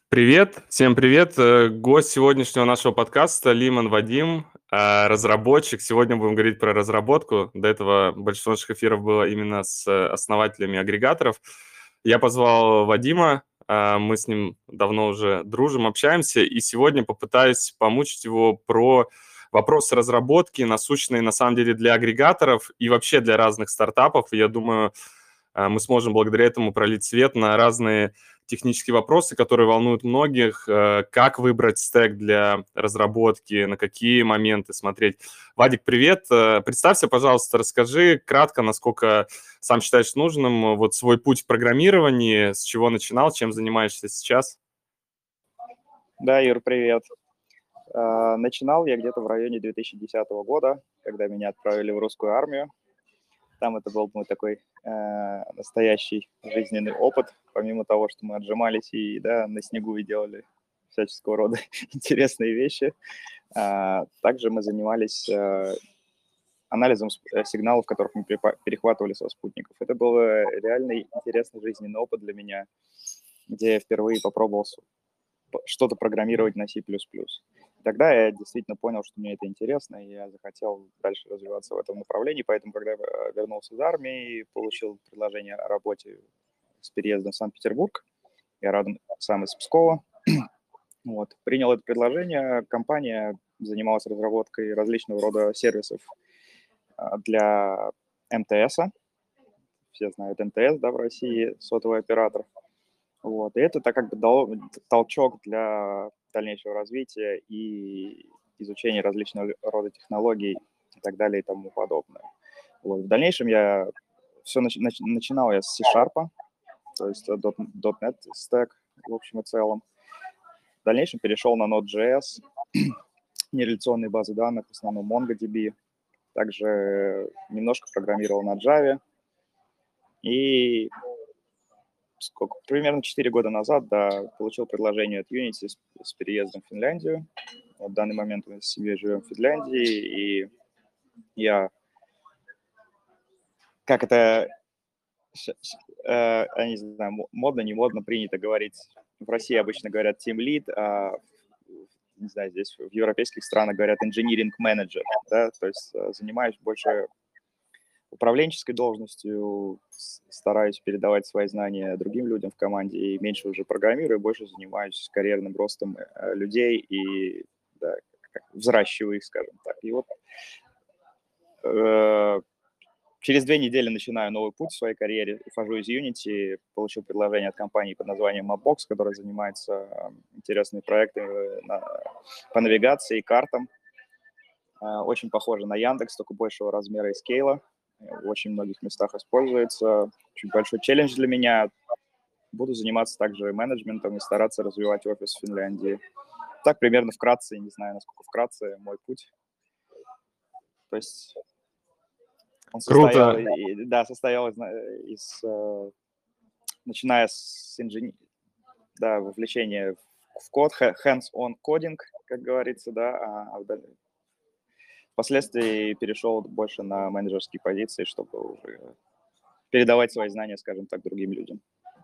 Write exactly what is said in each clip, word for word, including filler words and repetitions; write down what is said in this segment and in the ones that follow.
Привет, всем привет. Э, Гость сегодняшнего нашего подкаста Лимон Вадим, а, разработчик. Сегодня будем говорить про разработку. До этого большинство наших эфиров было именно с э, основателями агрегаторов. Я позвал Вадима, а, мы с ним давно уже дружим, общаемся, и сегодня попытаюсь помучить его про вопросы разработки, насущные на самом деле для агрегаторов и вообще для разных стартапов. И я думаю, а, мы сможем благодаря этому пролить свет на разные технические вопросы, которые волнуют многих. Э, Как выбрать стек для разработки, на какие моменты смотреть. Вадик, привет. Э, Представься, пожалуйста, расскажи кратко, насколько сам считаешь нужным, э, вот свой путь в программировании, с чего начинал, чем занимаешься сейчас. Да, Юр, привет. А, Начинал я где-то в районе две тысячи десятого года, когда меня отправили в русскую армию. Там это был мой такой э, настоящий жизненный опыт, помимо того, что мы отжимались и да, на снегу и делали всяческого рода интересные вещи. А, также мы занимались э, анализом с- э, сигналов, которых мы перепа- перехватывали со спутников. Это был э, реальный интересный жизненный опыт для меня, где я впервые попробовал п- что-то программировать на C++. Тогда я действительно понял, что мне это интересно, и я захотел дальше развиваться в этом направлении, поэтому, когда я э, вернулся из армии, получил предложение о работе с переездом в Санкт-Петербург, я родом сам из Пскова, вот, принял это предложение, компания занималась разработкой различного рода сервисов а, для эм тэ эс, все знают эм тэ эс, да, в России, сотовый оператор. Вот. И это так как бы дало толчок для дальнейшего развития и изучения различного рода технологий и так далее и тому подобное. Вот. В дальнейшем я все нач- нач- начинал я с C-Sharp, то есть э, .дот нет стек в общем и целом. В дальнейшем перешел на Node.js, нереляционные базы данных, в основном MongoDB. Также немножко программировал на Java. И сколько, примерно четыре года назад, да, получил предложение от Unity с, с переездом в Финляндию. Вот в данный момент мы с семьей живем в Финляндии, и я, как это, щ- щ- э, я не знаю, мо- модно, не модно, принято говорить, в России обычно говорят team lead, а в- не знаю, здесь в европейских странах говорят engineering manager, да, то есть э, занимаюсь больше управленческой должностью, с- стараюсь передавать свои знания другим людям в команде и меньше уже программирую, больше занимаюсь карьерным ростом э, людей и да, как- взращиваю их, скажем так. И вот э, через две недели начинаю новый путь в своей карьере, ухожу из Unity, получил предложение от компании под названием Mapbox, которая занимается э, интересными проектами на- по навигации и картам. Э, Очень похоже на Яндекс, только большего размера и скейла. Э, В очень многих местах используется. Очень большой челлендж для меня. Буду заниматься также менеджментом и стараться развивать офис в Финляндии. Так примерно вкратце, не знаю, насколько вкратце, мой путь. То есть он состоял, Круто. и- да, состоял из, э, из, э, начиная с инженерии, да, вовлечения в код, ха- hands-on кодинг, как говорится, да, а а в даль- впоследствии перешел больше на менеджерские позиции, чтобы уже передавать свои знания, скажем так, другим людям.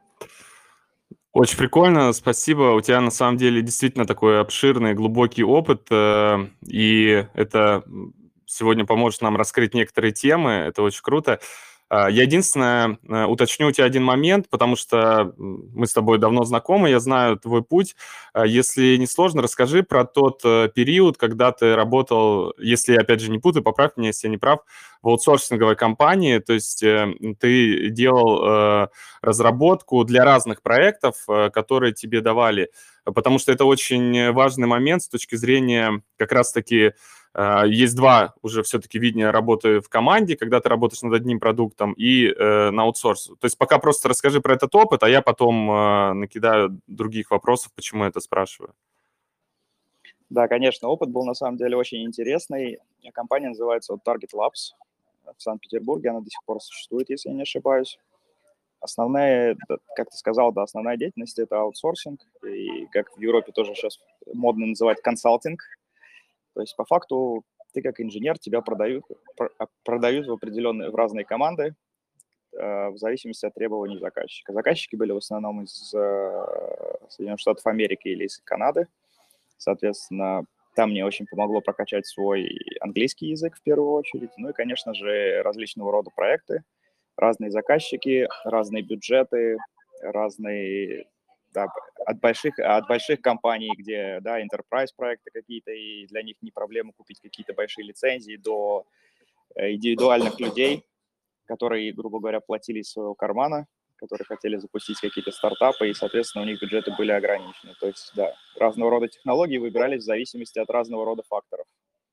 Очень прикольно, спасибо. У тебя на самом деле действительно такой обширный, глубокий опыт, э, и это м, сегодня поможет нам раскрыть некоторые темы. Это очень круто. А, Я единственное э, уточню у тебя один момент, потому что м, мы с тобой давно знакомы, я знаю твой путь. А, Если не сложно, расскажи про тот э, период, когда ты работал, если я опять же не путаю, поправь меня, если я не прав, в аутсорсинговой компании, то есть э, ты делал э, разработку для разных проектов, э, которые тебе давали, потому что это очень важный момент с точки зрения как раз-таки э, есть два уже все-таки видения работы в команде, когда ты работаешь над одним продуктом и э, на аутсорс. То есть пока просто расскажи про этот опыт, а я потом э, накидаю других вопросов, почему я это спрашиваю. Да, конечно, опыт был на самом деле очень интересный. Компания называется вот Target Labs в Санкт-Петербурге, она до сих пор существует, если я не ошибаюсь. Основная, да, как ты сказал, да, основная деятельность – это аутсорсинг, и как в Европе тоже сейчас модно называть консалтинг. То есть по факту ты как инженер, тебя продают, про- а, продают в определенные, в разные команды, э, в зависимости от требований заказчика. Заказчики были в основном из э, Соединенных Штатов Америки или из Канады. Соответственно, там мне очень помогло прокачать свой английский язык в первую очередь. Ну и, конечно же, различного рода проекты, разные заказчики, разные бюджеты, разные, да, от больших, от больших компаний, где, да, enterprise проекты какие-то, и для них не проблема купить какие-то большие лицензии, до э, индивидуальных людей, которые, грубо говоря, платили из своего кармана, которые хотели запустить какие-то стартапы, и, соответственно, у них бюджеты были ограничены. То есть, да, разного рода технологии выбирались в зависимости от разного рода факторов.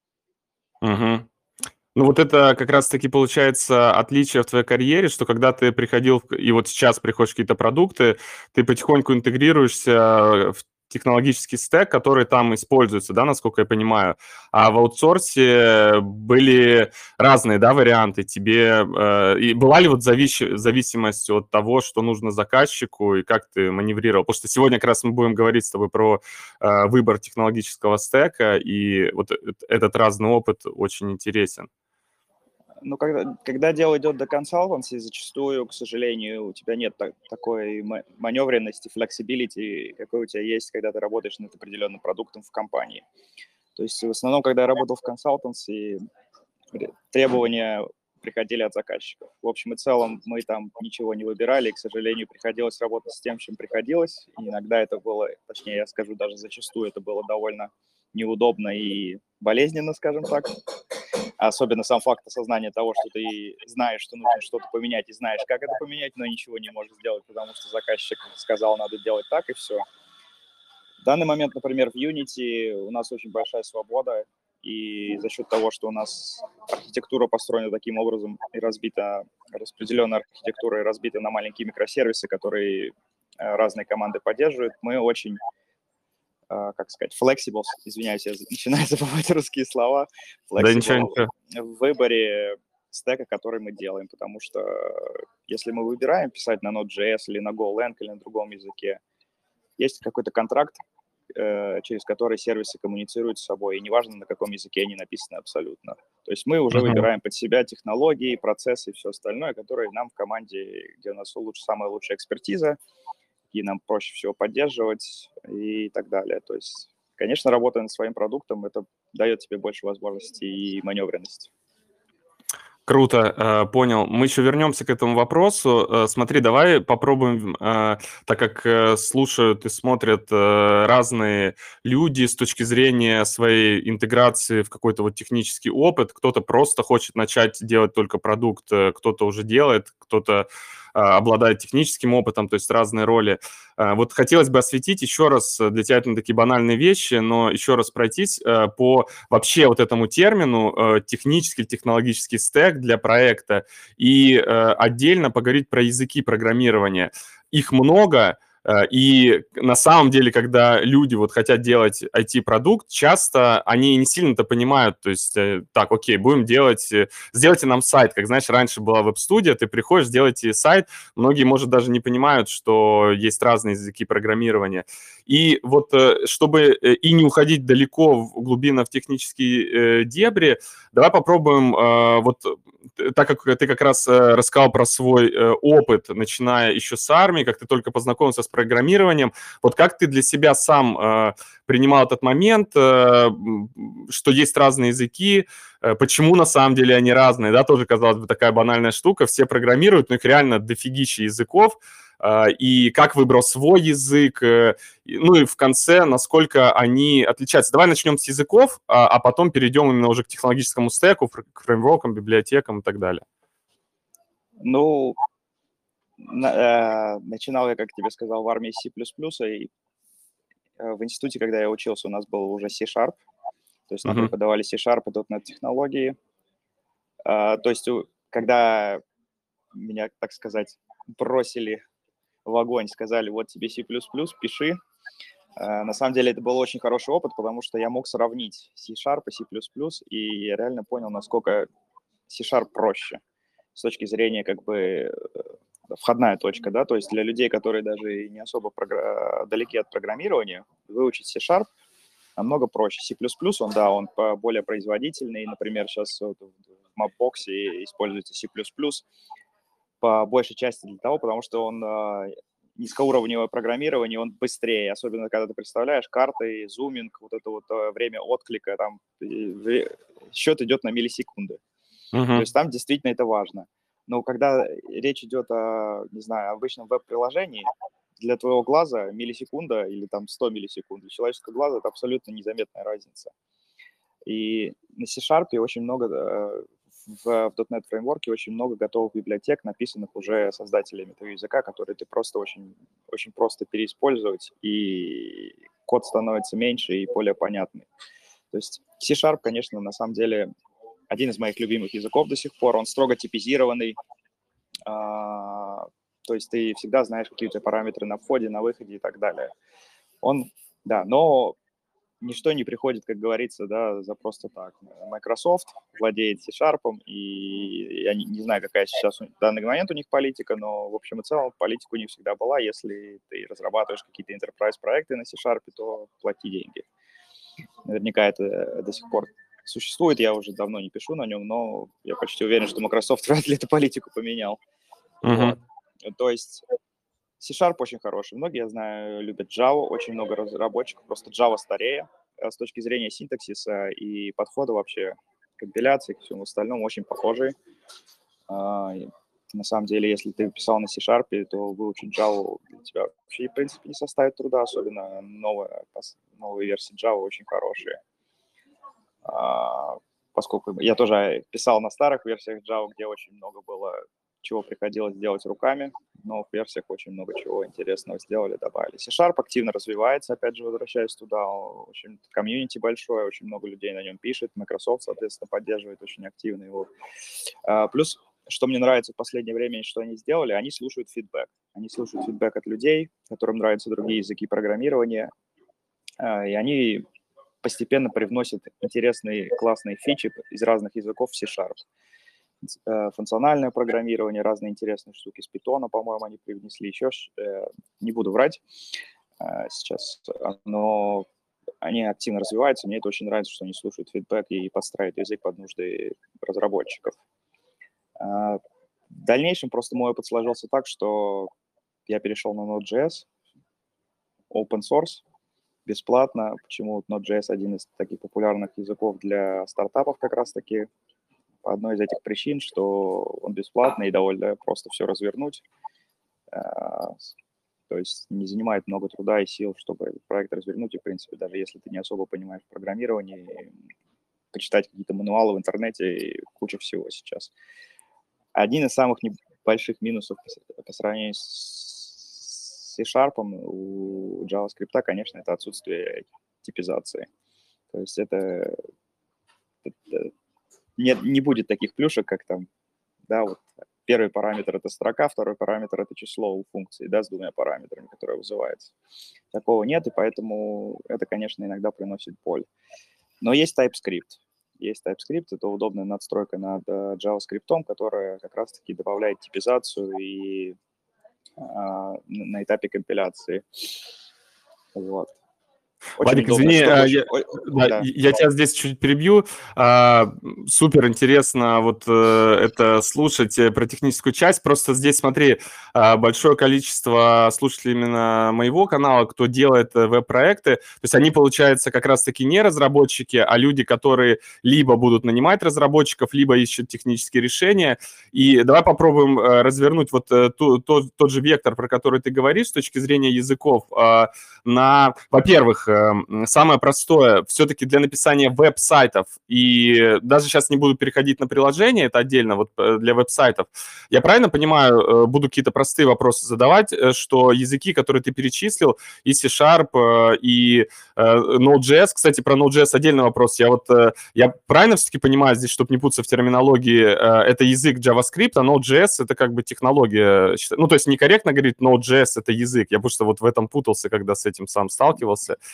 Мгм. Ну, вот это как раз-таки получается отличие в твоей карьере, что когда ты приходил в- и вот сейчас приходишь в какие-то продукты, ты потихоньку интегрируешься в технологический стек, который там используется, да, насколько я понимаю. А в аутсорсе были разные, да, варианты. Тебе э, и была ли вот завис- зависимость от того, что нужно заказчику, и как ты маневрировал? Потому что сегодня как раз мы будем говорить с тобой про э, выбор технологического стека, и вот э- этот разный опыт очень интересен. Ну, когда, когда дело идет до консалтанси, зачастую, к сожалению, у тебя нет так- такой ма- маневренности, флексибилити, какой у тебя есть, когда ты работаешь над определенным продуктом в компании. То есть в основном, когда я работал в консалтанси, ре- требования приходили от заказчиков. В общем и целом мы там ничего не выбирали, и, к сожалению, приходилось работать с тем, чем приходилось. И иногда это было, точнее, я скажу, даже зачастую это было довольно неудобно и болезненно, скажем так. Особенно сам факт осознания того, что ты знаешь, что нужно что-то поменять, и знаешь, как это поменять, но ничего не можешь сделать, потому что заказчик сказал, надо делать так, и все. В данный момент, например, в Unity у нас очень большая свобода, и за счет того, что у нас архитектура построена таким образом и разбита, распределенная архитектура и разбита на маленькие микросервисы, которые э, разные команды поддерживают, мы очень, э, как сказать, flexible, извиняюсь, я начинаю забывать русские слова, Да ничего, flexible ничего. в выборе стека, который мы делаем, потому что если мы выбираем писать на Node.js или на GoLang или на другом языке, есть какой-то контракт, э, через который сервисы коммуницируют с собой, и неважно, на каком языке они написаны абсолютно. То есть мы уже Мгм. выбираем под себя технологии, процессы и все остальное, которые нам в команде, где у нас лучше, самая лучшая экспертиза, и нам проще всего поддерживать и так далее. То есть, конечно, работая над своим продуктом, это дает тебе больше возможностей и маневренности. Круто, э, понял. Мы еще вернемся к этому вопросу. Э, Смотри, давай попробуем, э, так как э, слушают и смотрят э, разные люди с точки зрения своей интеграции в какой-то вот технический опыт. Кто-то просто хочет начать делать только продукт, э, кто-то уже делает, кто-то э, обладает техническим опытом, то есть разные роли. Э, Вот хотелось бы осветить еще раз, э, для тебя это такие банальные вещи, но еще раз пройтись э, по вообще вот этому термину э, технический, технологический стек для проекта и э, отдельно поговорить про языки программирования. Их много, э, и на самом деле, когда люди вот хотят делать ай ти-продукт, часто они не сильно-то понимают, то есть, э, так, окей, будем делать, э, сделайте нам сайт, как, знаешь, раньше была веб-студия, ты приходишь, сделайте сайт, многие, может, даже не понимают, что есть разные языки программирования. И вот э, чтобы э, и не уходить далеко в глубина в технические э, дебри, давай попробуем, э, вот э, так как ты как раз э, рассказал про свой э, опыт, начиная еще с армии, как ты только познакомился с программированием, вот как ты для себя сам э, принимал этот момент, э, м, что есть разные языки, э, почему на самом деле они разные, да, тоже, казалось бы, такая банальная штука, все программируют, но их реально дофигища языков, э, и как выбрал свой язык, э, и- ну и в конце, насколько они отличаются. Давай начнем с языков, а, а потом перейдем именно уже к технологическому стеку, фр- к фреймворкам, библиотекам и так далее. Ну, на- э, начинал я, как тебе сказал, в армии C++, и э, в институте, когда я учился, у нас был уже C-Sharp, то есть нам Мгм. преподавали C-Sharp и .NET технологии. А, то есть у- когда меня, так сказать, бросили в огонь, сказали, вот тебе C++, пиши. Э, На самом деле это был очень хороший опыт, потому что я мог сравнить C-Sharp и C++, и я реально понял, насколько C-Sharp проще с точки зрения как бы э, входная точка, да, то есть для людей, которые даже и не особо програ- далеки от программирования, выучить C-Sharp намного проще. C++, он, да, он по- более производительный, например, сейчас вот в Mapbox используется C++, по большей части для того, потому что он э, низкоуровневое программирование, он быстрее, особенно когда ты представляешь карты, зуминг, вот это вот э, время отклика, там э, счет идет на миллисекунды. Мгм. То есть там действительно это важно. Но когда речь идет о, не знаю, обычном веб-приложении, для твоего глаза миллисекунда или там сто миллисекунд, для человеческого глаза это абсолютно незаметная разница. И на C-Sharp очень много, э, в, в .дот нет фреймворке очень много готовых библиотек, написанных уже создателями этого языка, которые ты просто очень, очень просто переиспользовать, и код становится меньше и более понятный. То есть C-Sharp, конечно, на самом деле один из моих любимых языков до сих пор. Он строго типизированный, а, то есть ты всегда знаешь какие-то параметры на входе, на выходе и так далее. Он, да, но ничто не приходит, как говорится, да, за просто так. Microsoft владеет C-Sharp, и я не, не знаю, какая сейчас в данный момент у них политика, но в общем и целом политика у них всегда была. Если ты разрабатываешь какие-то enterprise-проекты на C-Sharp, то плати деньги. Наверняка это до сих пор существует, я уже давно не пишу на нем, но я почти уверен, что Microsoft вряд ли эту политику поменял. Мгм. Вот. То есть C-Sharp очень хороший. Многие, я знаю, любят Java, очень много разработчиков, просто Java старее с точки зрения синтаксиса и подхода вообще к компиляции, к всему остальному, очень похожие. На самом деле, если ты писал на C-Sharp, то выучить Java для тебя вообще, в принципе, не составит труда, особенно новые, новые версии Java очень хорошие. Поскольку я тоже писал на старых версиях Java, где очень много было чего приходилось делать руками, но в версиях очень много чего интересного сделали, добавили. C-Sharp активно развивается, опять же, возвращаясь туда, очень комьюнити большое, очень много людей на нем пишет, Microsoft, соответственно, поддерживает очень активно его. Плюс, что мне нравится в последнее время, что они сделали, они слушают фидбэк. Они слушают фидбэк от людей, которым нравятся другие языки программирования, и они постепенно привносят интересные, классные фичи из разных языков в C-Sharp. Функциональное программирование, разные интересные штуки с Python, по-моему, они привнесли еще, не буду врать сейчас, но они активно развиваются, мне это очень нравится, что они слушают фидбэк и подстраивают язык под нужды разработчиков. В дальнейшем просто мой опыт сложился так, что я перешел на Node.js, open source, бесплатно. Почему Node.js один из таких популярных языков для стартапов как раз-таки? По одной из этих причин, что он бесплатный и довольно просто все развернуть. То есть не занимает много труда и сил, чтобы этот проект развернуть. И, в принципе, даже если ты не особо понимаешь в программировании, почитать какие-то мануалы в интернете и куча всего сейчас. Один из самых больших минусов по сравнению с C-Sharp у JavaScript, конечно, это отсутствие типизации. То есть это... это Не, не будет таких плюшек, как там, да, вот первый параметр – это строка, второй параметр – это число у функции, да, с двумя параметрами, которые вызываются. Такого нет, и поэтому это, конечно, иногда приносит боль. Но есть TypeScript. Есть TypeScript, это удобная надстройка над JavaScript, которая как раз-таки добавляет типизацию и а, на этапе компиляции. Вот. Очень Вадик, удобная извини, штука, я, очень... да, да. я тебя здесь чуть перебью. А, супер интересно вот э, это слушать э, про техническую часть. Просто здесь, смотри, а, большое количество слушателей именно моего канала, кто делает э, веб-проекты, то есть они, получается, как раз-таки не разработчики, а люди, которые либо будут нанимать разработчиков, либо ищут технические решения. И давай попробуем э, развернуть вот э, ту, тот, тот же вектор, про который ты говоришь с точки зрения языков, э, на, во-первых, самое простое, все-таки для написания веб-сайтов, и даже сейчас не буду переходить на приложение, это отдельно вот для веб-сайтов. Я правильно понимаю, буду какие-то простые вопросы задавать, что языки, которые ты перечислил, и C-Sharp, и Node.js, кстати, про Node.js отдельный вопрос. Я вот, я правильно все-таки понимаю здесь, чтобы не путаться в терминологии, это язык JavaScript, а Node.js это как бы технология. Ну, то есть некорректно говорить Node.js это язык. Я просто вот в этом путался, когда с этим сам сталкивался.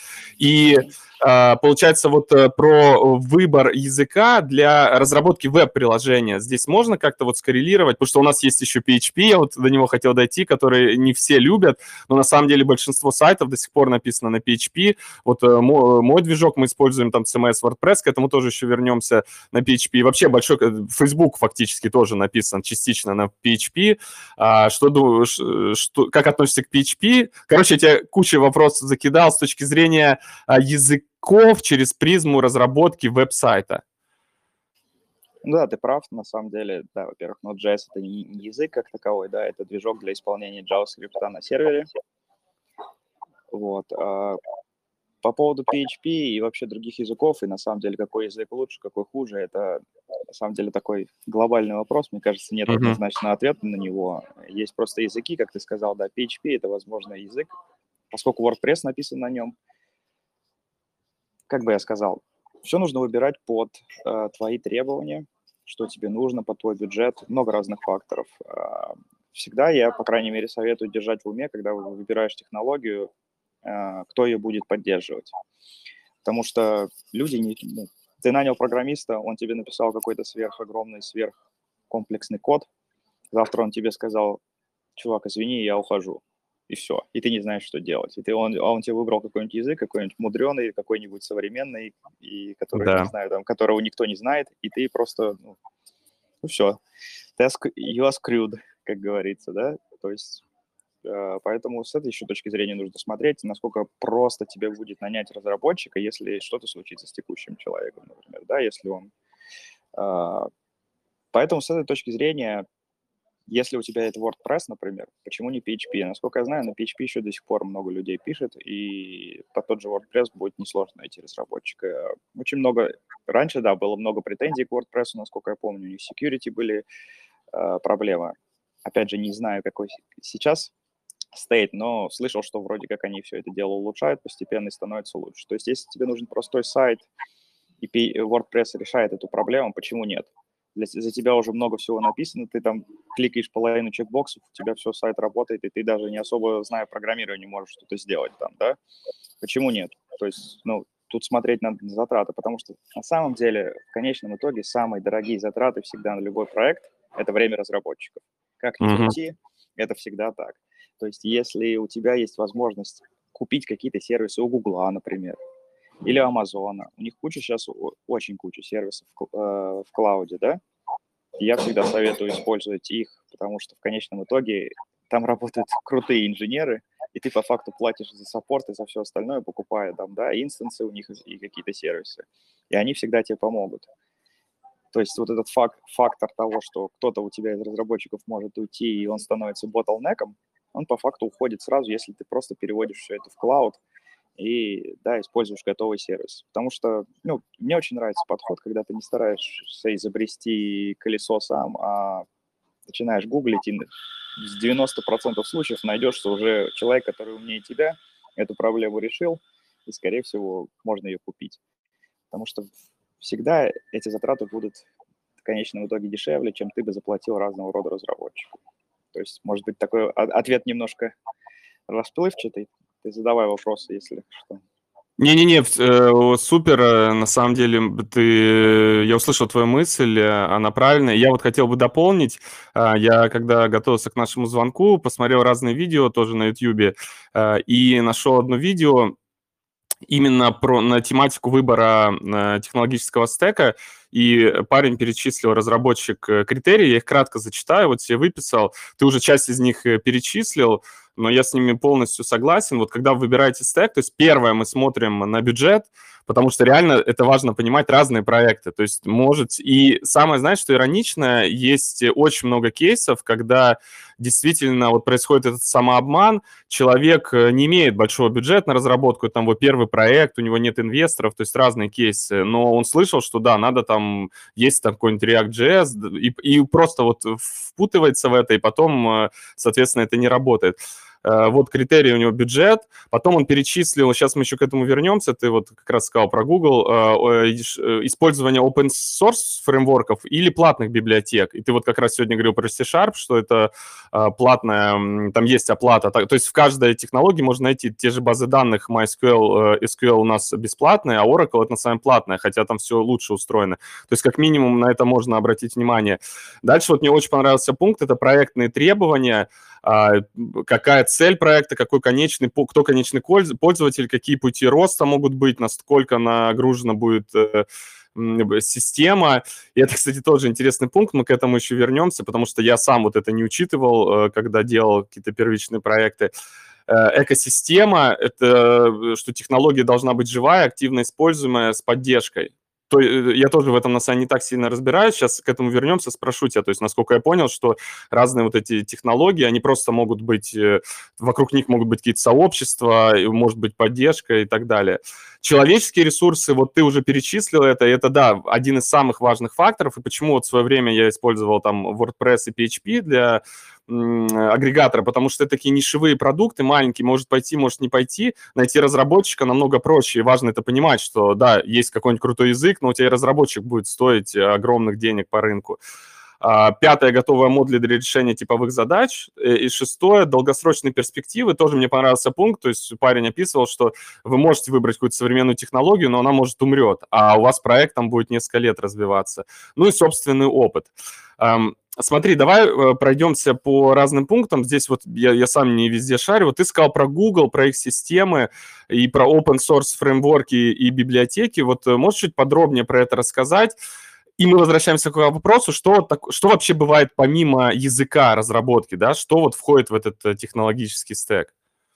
И а, получается, вот э, про выбор языка для разработки веб-приложения. Здесь можно как-то вот скоррелировать, потому что у нас есть еще пи эйч пи, я вот до него хотел дойти, который не все любят, но на самом деле большинство сайтов до сих пор написано на пи эйч пи. Вот э, мой, мой движок мы используем там си эм эс, WordPress, к этому тоже еще вернемся на пи эйч пи. И вообще большой Facebook фактически тоже написан частично на пи эйч пи. А, что думаешь, что, как относишься к пи эйч пи? Короче, я тебе кучу вопросов закидал с точки зрения а, языка через призму разработки веб-сайта. Да, ты прав, на самом деле, да, во-первых, Node.js — это не язык как таковой, да, это движок для исполнения JavaScript на сервере. Вот. А по поводу пи эйч пи и вообще других языков, и на самом деле, какой язык лучше, какой хуже, это на самом деле такой глобальный вопрос, мне кажется, нет однозначного ответа на него. Есть просто языки, как ты сказал, да, пи эйч пи — это, возможно, язык, поскольку WordPress написан на нем. Как бы я сказал, все нужно выбирать под э, твои требования, что тебе нужно, под твой бюджет, много разных факторов. Э, всегда я, по крайней мере, советую держать в уме, когда выбираешь технологию, э, кто ее будет поддерживать. Потому что люди, не, ну, ты нанял программиста, он тебе написал какой-то сверхогромный, сверхкомплексный код, завтра он тебе сказал: чувак, извини, я ухожу. И все. И ты не знаешь, что делать. И ты, он, а он тебе выбрал какой-нибудь язык, какой-нибудь мудреный, какой-нибудь современный, и который, Да. не знаю, там, которого никто не знает, и ты просто, ну, ну все. You are screwed, как говорится, да? То есть, э, поэтому с этой еще точки зрения нужно смотреть, насколько просто тебе будет нанять разработчика, если что-то случится с текущим человеком, например, да, если он... Э, поэтому с этой точки зрения... Если у тебя это WordPress, например, почему не пи эйч пи? Насколько я знаю, на пи эйч пи еще до сих пор много людей пишет, и под тот же WordPress будет несложно найти разработчика. Очень много... Раньше, да, было много претензий к WordPress, насколько я помню, у них security были э, проблемы. Опять же, не знаю, какой сейчас state, но слышал, что вроде как они все это дело улучшают постепенно и становится лучше. То есть если тебе нужен простой сайт, и WordPress решает эту проблему, почему нет? Для, за тебя уже много всего написано, ты там кликаешь половину чекбоксов, у тебя все, сайт работает, и ты даже не особо, зная программирование, можешь что-то сделать там, да? Почему нет? То есть, ну, тут смотреть надо на затраты, потому что на самом деле, в конечном итоге, самые дорогие затраты всегда на любой проект – это время разработчиков. Как ни Мгм. крути, это всегда так. То есть, если у тебя есть возможность купить какие-то сервисы у Гугла, например, или Амазона. У них куча сейчас, очень куча сервисов в, э, в клауде, да? И я всегда советую использовать их, потому что в конечном итоге там работают крутые инженеры, и ты по факту платишь за саппорт и за все остальное, покупая там, да, инстансы у них и какие-то сервисы. И они всегда тебе помогут. То есть вот этот фак, фактор того, что кто-то у тебя из разработчиков может уйти, и он становится ботлнеком, он по факту уходит сразу, если ты просто переводишь все это в клауд, и, да, используешь готовый сервис. Потому что, ну, мне очень нравится подход, когда ты не стараешься изобрести колесо сам, а начинаешь гуглить, и с девяноста процентов случаев найдешься уже человек, который умнее тебя, эту проблему решил, и, скорее всего, можно ее купить. Потому что всегда эти затраты будут в конечном итоге дешевле, чем ты бы заплатил разного рода разработчику. То есть, может быть, такой ответ немножко расплывчатый. Ты задавай вопросы, если что. Не-не-не, э, супер, э, на самом деле, ты, я услышал твою мысль, э, она правильная. Я вот хотел бы дополнить, э, я когда готовился к нашему звонку, посмотрел разные видео тоже на Ютьюбе, э, и нашел одно видео именно про, на тематику выбора э, технологического стека, и парень перечислил, разработчик, э, критерии, я их кратко зачитаю, вот себе выписал, ты уже часть из них э, перечислил, но я с ними полностью согласен. Вот когда вы выбираете стек, то есть первое, мы смотрим на бюджет, потому что реально это важно понимать разные проекты. То есть может... И самое, знаешь, что иронично, есть очень много кейсов, когда действительно вот происходит этот самообман, человек не имеет большого бюджета на разработку, это там его первый проект, у него нет инвесторов, то есть разные кейсы, но он слышал, что да, надо там, есть там какой-нибудь React.js, и, и просто вот впутывается в это, и потом, соответственно, это не работает. вот критерий у него бюджет, потом он перечислил, сейчас мы еще к этому вернемся, ты вот как раз сказал про Google, использование open source фреймворков или платных библиотек. И ты вот как раз сегодня говорил про C-Sharp, что это платная, там есть оплата. То есть в каждой технологии можно найти те же базы данных, MySQL, эс кью эль у нас бесплатные, а Oracle это на самом деле платная, хотя там все лучше устроено. То есть как минимум на это можно обратить внимание. Дальше вот мне очень понравился пункт, это проектные требования, какая цель проекта, какой конечный, кто конечный пользователь, какие пути роста могут быть, насколько нагружена будет система. И это, кстати, тоже интересный пункт, мы к этому еще вернемся, потому что я сам вот это не учитывал, когда делал какие-то первичные проекты. Экосистема – это что технология должна быть живая, активно используемая, с поддержкой. То, я тоже в этом, на самом деле, не так сильно разбираюсь. Сейчас к этому вернемся, спрошу тебя. То есть, насколько я понял, что разные вот эти технологии, они просто могут быть, вокруг них могут быть какие-то сообщества, может быть поддержка и так далее. Человеческие ресурсы, вот ты уже перечислил это, и это, да, один из самых важных факторов. И почему вот в свое время я использовал там WordPress и пи эйч пи для агрегатора, потому что это такие нишевые продукты, маленькие, может пойти, может не пойти. Найти разработчика намного проще, и важно это понимать, что, да, есть какой-нибудь крутой язык, но у тебя и разработчик будет стоить огромных денег по рынку. Пятое, готовая модуль для решения типовых задач. И шестое, долгосрочные перспективы. Тоже мне понравился пункт, то есть парень описывал, что вы можете выбрать какую-то современную технологию, но она, может, умрет, а у вас проект там будет несколько лет развиваться. Ну и собственный опыт. Смотри, давай пройдемся по разным пунктам. Здесь вот я, я сам не везде шарю. Вот ты сказал про Google, про их системы и про open source фреймворки и библиотеки. Вот можешь чуть подробнее про это рассказать? И мы возвращаемся к вопросу, что, так, что вообще бывает помимо языка разработки, да? Что вот входит в этот технологический стэк?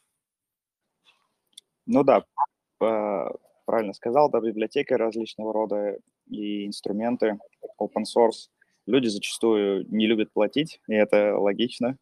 Ну да, правильно сказал, да, библиотеки различного рода и инструменты, open source. Люди зачастую не любят платить, и это логично.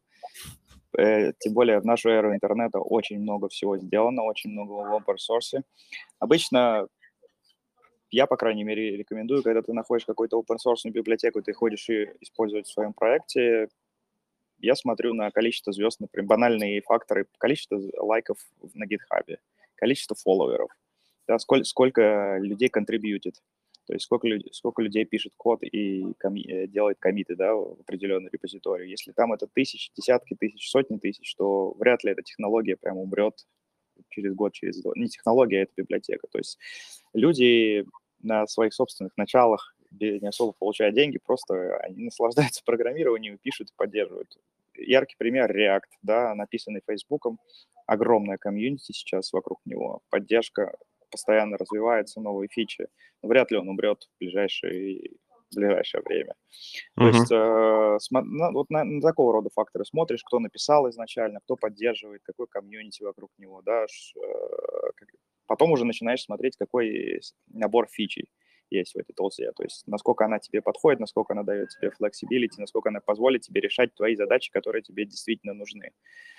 Тем более в нашу эру интернета очень много всего сделано, очень много в open source. Обычно я, по крайней мере, рекомендую, когда ты находишь какую-то open source библиотеку, ты ходишь ее использовать в своем проекте, я смотрю на количество звезд, например, банальные факторы, количество лайков на GitHub, количество фолловеров, да, сколько, сколько людей контрибьютит. То есть сколько, людей, сколько людей пишет код и коми, делает коммиты, да, в определенную репозиторию. Если там это тысячи, десятки тысяч, сотни тысяч, то вряд ли эта технология прям умрет через год, через два. Не технология, а это библиотека. То есть люди на своих собственных началах, не особо получая деньги, просто они наслаждаются программированием, пишут и поддерживают. Яркий пример React, да, написанный Фейсбуком. Огромная комьюнити сейчас вокруг него, поддержка, постоянно развивается, новые фичи. Но вряд ли он умрет в ближайшее, в ближайшее время. Uh-huh. То есть э, см, на, вот на, на такого рода факторы смотришь, кто написал изначально, кто поддерживает, какой комьюнити вокруг него. Да, ш, э, как, потом уже начинаешь смотреть, какой набор фичей есть в этой толсе. То есть насколько она тебе подходит, насколько она дает тебе flexibility, насколько она позволит тебе решать твои задачи, которые тебе действительно нужны.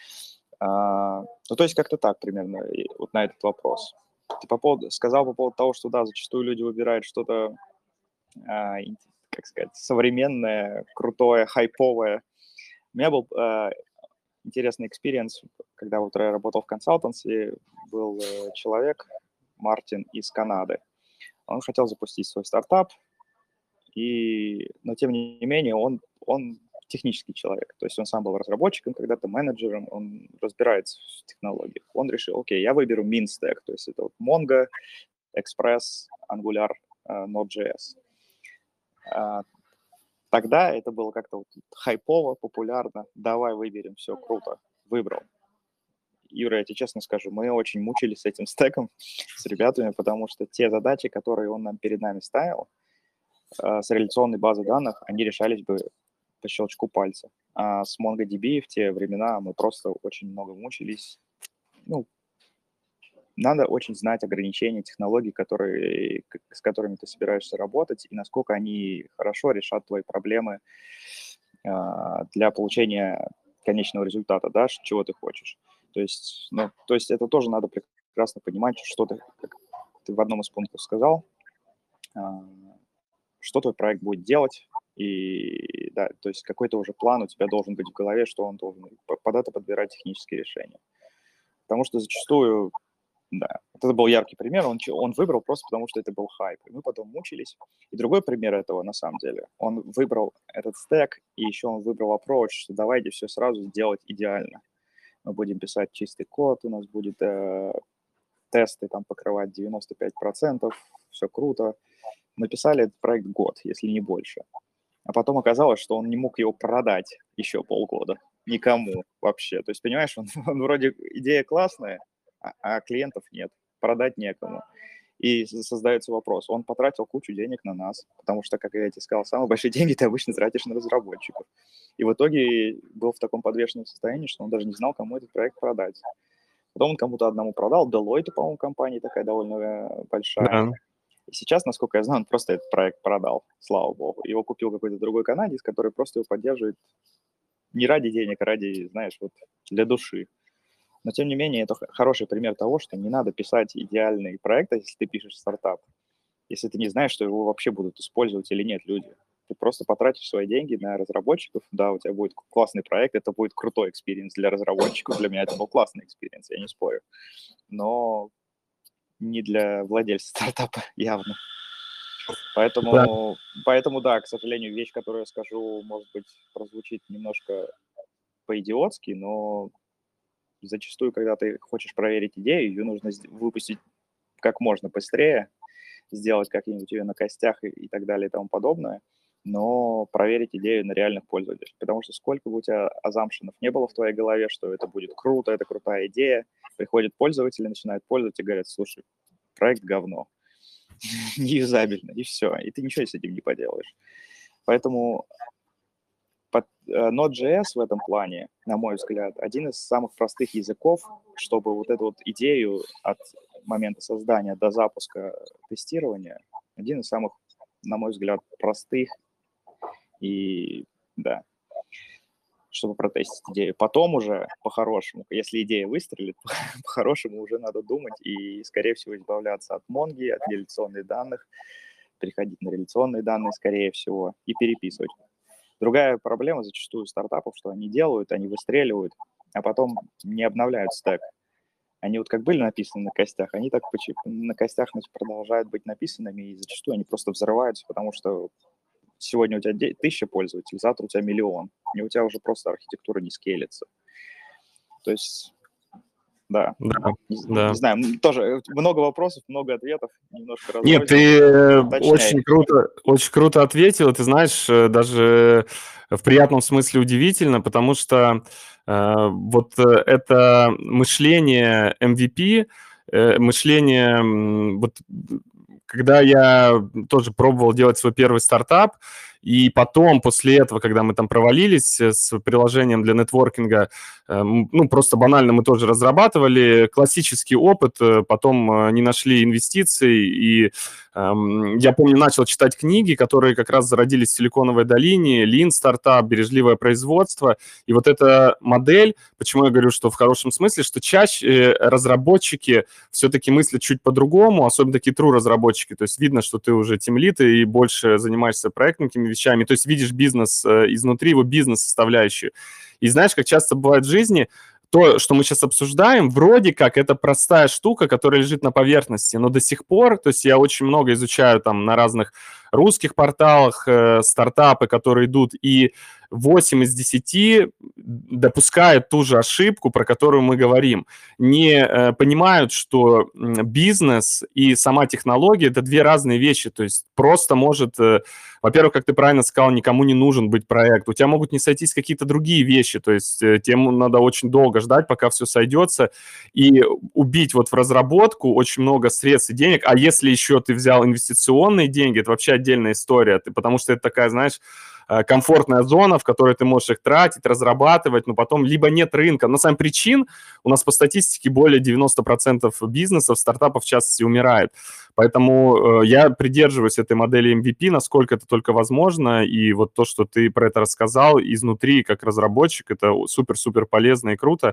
А, ну, то есть как-то так примерно вот на этот вопрос. Ты по поводу, сказал по поводу того, что, да, зачастую люди выбирают что-то, а, как сказать, современное, крутое, хайповое. У меня был а, интересный экспириенс, когда вот я работал в консалтенции, был человек, Мартин из Канады. Он хотел запустить свой стартап, и, но тем не менее он, он технический человек. То есть он сам был разработчиком, когда-то менеджером, он разбирается в технологиях. Он решил, окей, я выберу MinStack, то есть это вот Mongo, Express, Angular, uh, Node.js. Uh, тогда это было как-то вот хайпово, популярно. Давай выберем, все, круто, выбрал. Юра, я тебе честно скажу, мы очень мучились с этим стеком, с ребятами, потому что те задачи, которые он нам перед нами ставил, uh, с реляционной базой данных, они решались бы по щелчку пальца. А с MongoDB в те времена мы просто очень много мучились. Ну, надо очень знать ограничения технологий, которые, с которыми ты собираешься работать, и насколько они хорошо решат твои проблемы а, для получения конечного результата, да, чего ты хочешь. То есть, ну, то есть это тоже надо прекрасно понимать, что ты, как ты в одном из пунктов сказал, а, что твой проект будет делать, И да, то есть какой-то уже план у тебя должен быть в голове, что он должен под это подбирать технические решения. Потому что зачастую, да, вот это был яркий пример, он, он выбрал просто потому, что это был хайп. И мы потом мучились. И другой пример этого, на самом деле, он выбрал этот стек, и еще он выбрал approach, что давайте все сразу сделать идеально. Мы будем писать чистый код, у нас будет э, тесты там покрывать девяносто пять процентов, все круто. Мы писали этот проект год, если не больше. А потом оказалось, что он не мог его продать еще полгода никому вообще. То есть, понимаешь, он, он вроде идея классная, а, а клиентов нет, продать некому. И создается вопрос, он потратил кучу денег на нас, потому что, как я тебе сказал, самые большие деньги ты обычно тратишь на разработчиков. И в итоге был в таком подвешенном состоянии, что он даже не знал, кому этот проект продать. Потом он кому-то одному продал, Deloitte, по-моему, компания такая довольно большая. Да. И сейчас, насколько я знаю, он просто этот проект продал, слава богу. Его купил какой-то другой канадец, который просто его поддерживает не ради денег, а ради, знаешь, вот для души. Но, тем не менее, это хороший пример того, что не надо писать идеальный проект, если ты пишешь стартап, если ты не знаешь, что его вообще будут использовать или нет люди. Ты просто потратишь свои деньги на разработчиков, да, у тебя будет классный проект, это будет крутой экспириенс для разработчиков, для меня это был классный экспириенс, я не спорю. Но не для владельца стартапа явно. Поэтому, Да. поэтому, да, к сожалению, вещь, которую я скажу, может быть, прозвучит немножко по-идиотски, но зачастую, когда ты хочешь проверить идею, ее нужно выпустить как можно быстрее, сделать как-нибудь ее на костях и, и так далее и тому подобное, но проверить идею на реальных пользователей. Потому что сколько бы у тебя азампшенов не было в твоей голове, что это будет круто, это крутая идея, приходят пользователи, начинают пользоваться и говорят, слушай, проект говно, неюзабельно, и все, и ты ничего с этим не поделаешь. Поэтому под, uh, Node.js в этом плане, на мой взгляд, один из самых простых языков, чтобы вот эту вот идею от момента создания до запуска тестирования, один из самых, на мой взгляд, простых и, да, чтобы протестить идею. Потом уже, по-хорошему, если идея выстрелит, по-хорошему уже надо думать и, скорее всего, избавляться от Монги, от реляционных данных, переходить на реляционные данные, скорее всего, и переписывать. Другая проблема зачастую стартапов, что они делают, они выстреливают, а потом не обновляют стек. Они вот как были написаны на костях, они так на костях продолжают быть написанными, и зачастую они просто взрываются, потому что сегодня у тебя тысяча пользователей, завтра у тебя миллион, и у тебя уже просто архитектура не скейлится. То есть, да, Да, не, да. не знаю, тоже много вопросов, много ответов, немножко разрозненно. Нет, ты очень круто, очень круто ответил, ты знаешь, даже в приятном смысле удивительно, потому что э, вот это мышление эм ви пи, э, мышление, вот когда я тоже пробовал делать свой первый стартап, и потом, после этого, когда мы там провалились с приложением для нетворкинга, ну, просто банально мы тоже разрабатывали классический опыт, потом не нашли инвестиций, и эм, я помню, начал читать книги, которые как раз зародились в Силиконовой долине, Lean стартап, бережливое производство, и вот эта модель, почему я говорю, что в хорошем смысле, что чаще разработчики все-таки мыслят чуть по-другому, особенно такие true разработчики, то есть видно, что ты уже тимлид и больше занимаешься проектными вещами, то есть видишь бизнес изнутри, его бизнес-составляющую. И знаешь, как часто бывает в жизни, то, что мы сейчас обсуждаем, вроде как это простая штука, которая лежит на поверхности, но до сих пор, то есть я очень много изучаю там на разных русских порталах э, стартапы, которые идут, и восемь из десяти допускают ту же ошибку, про которую мы говорим. Не э, понимают, что бизнес и сама технология – это две разные вещи. То есть просто может, э, во-первых, как ты правильно сказал, никому не нужен быть проект. У тебя могут не сойтись какие-то другие вещи. То есть э, тебе надо очень долго ждать, пока все сойдется. И убить вот в разработку очень много средств и денег. А если еще ты взял инвестиционные деньги, это вообще отдельная история. Ты, потому что это такая, знаешь, комфортная зона, в которой ты можешь их тратить, разрабатывать, но потом либо нет рынка. На самом причин у нас по статистике более девяносто процентов бизнесов, стартапов в частности умирает. Поэтому э, я придерживаюсь этой модели эм ви пи, насколько это только возможно. И вот то, что ты про это рассказал изнутри, как разработчик, это супер-супер полезно и круто.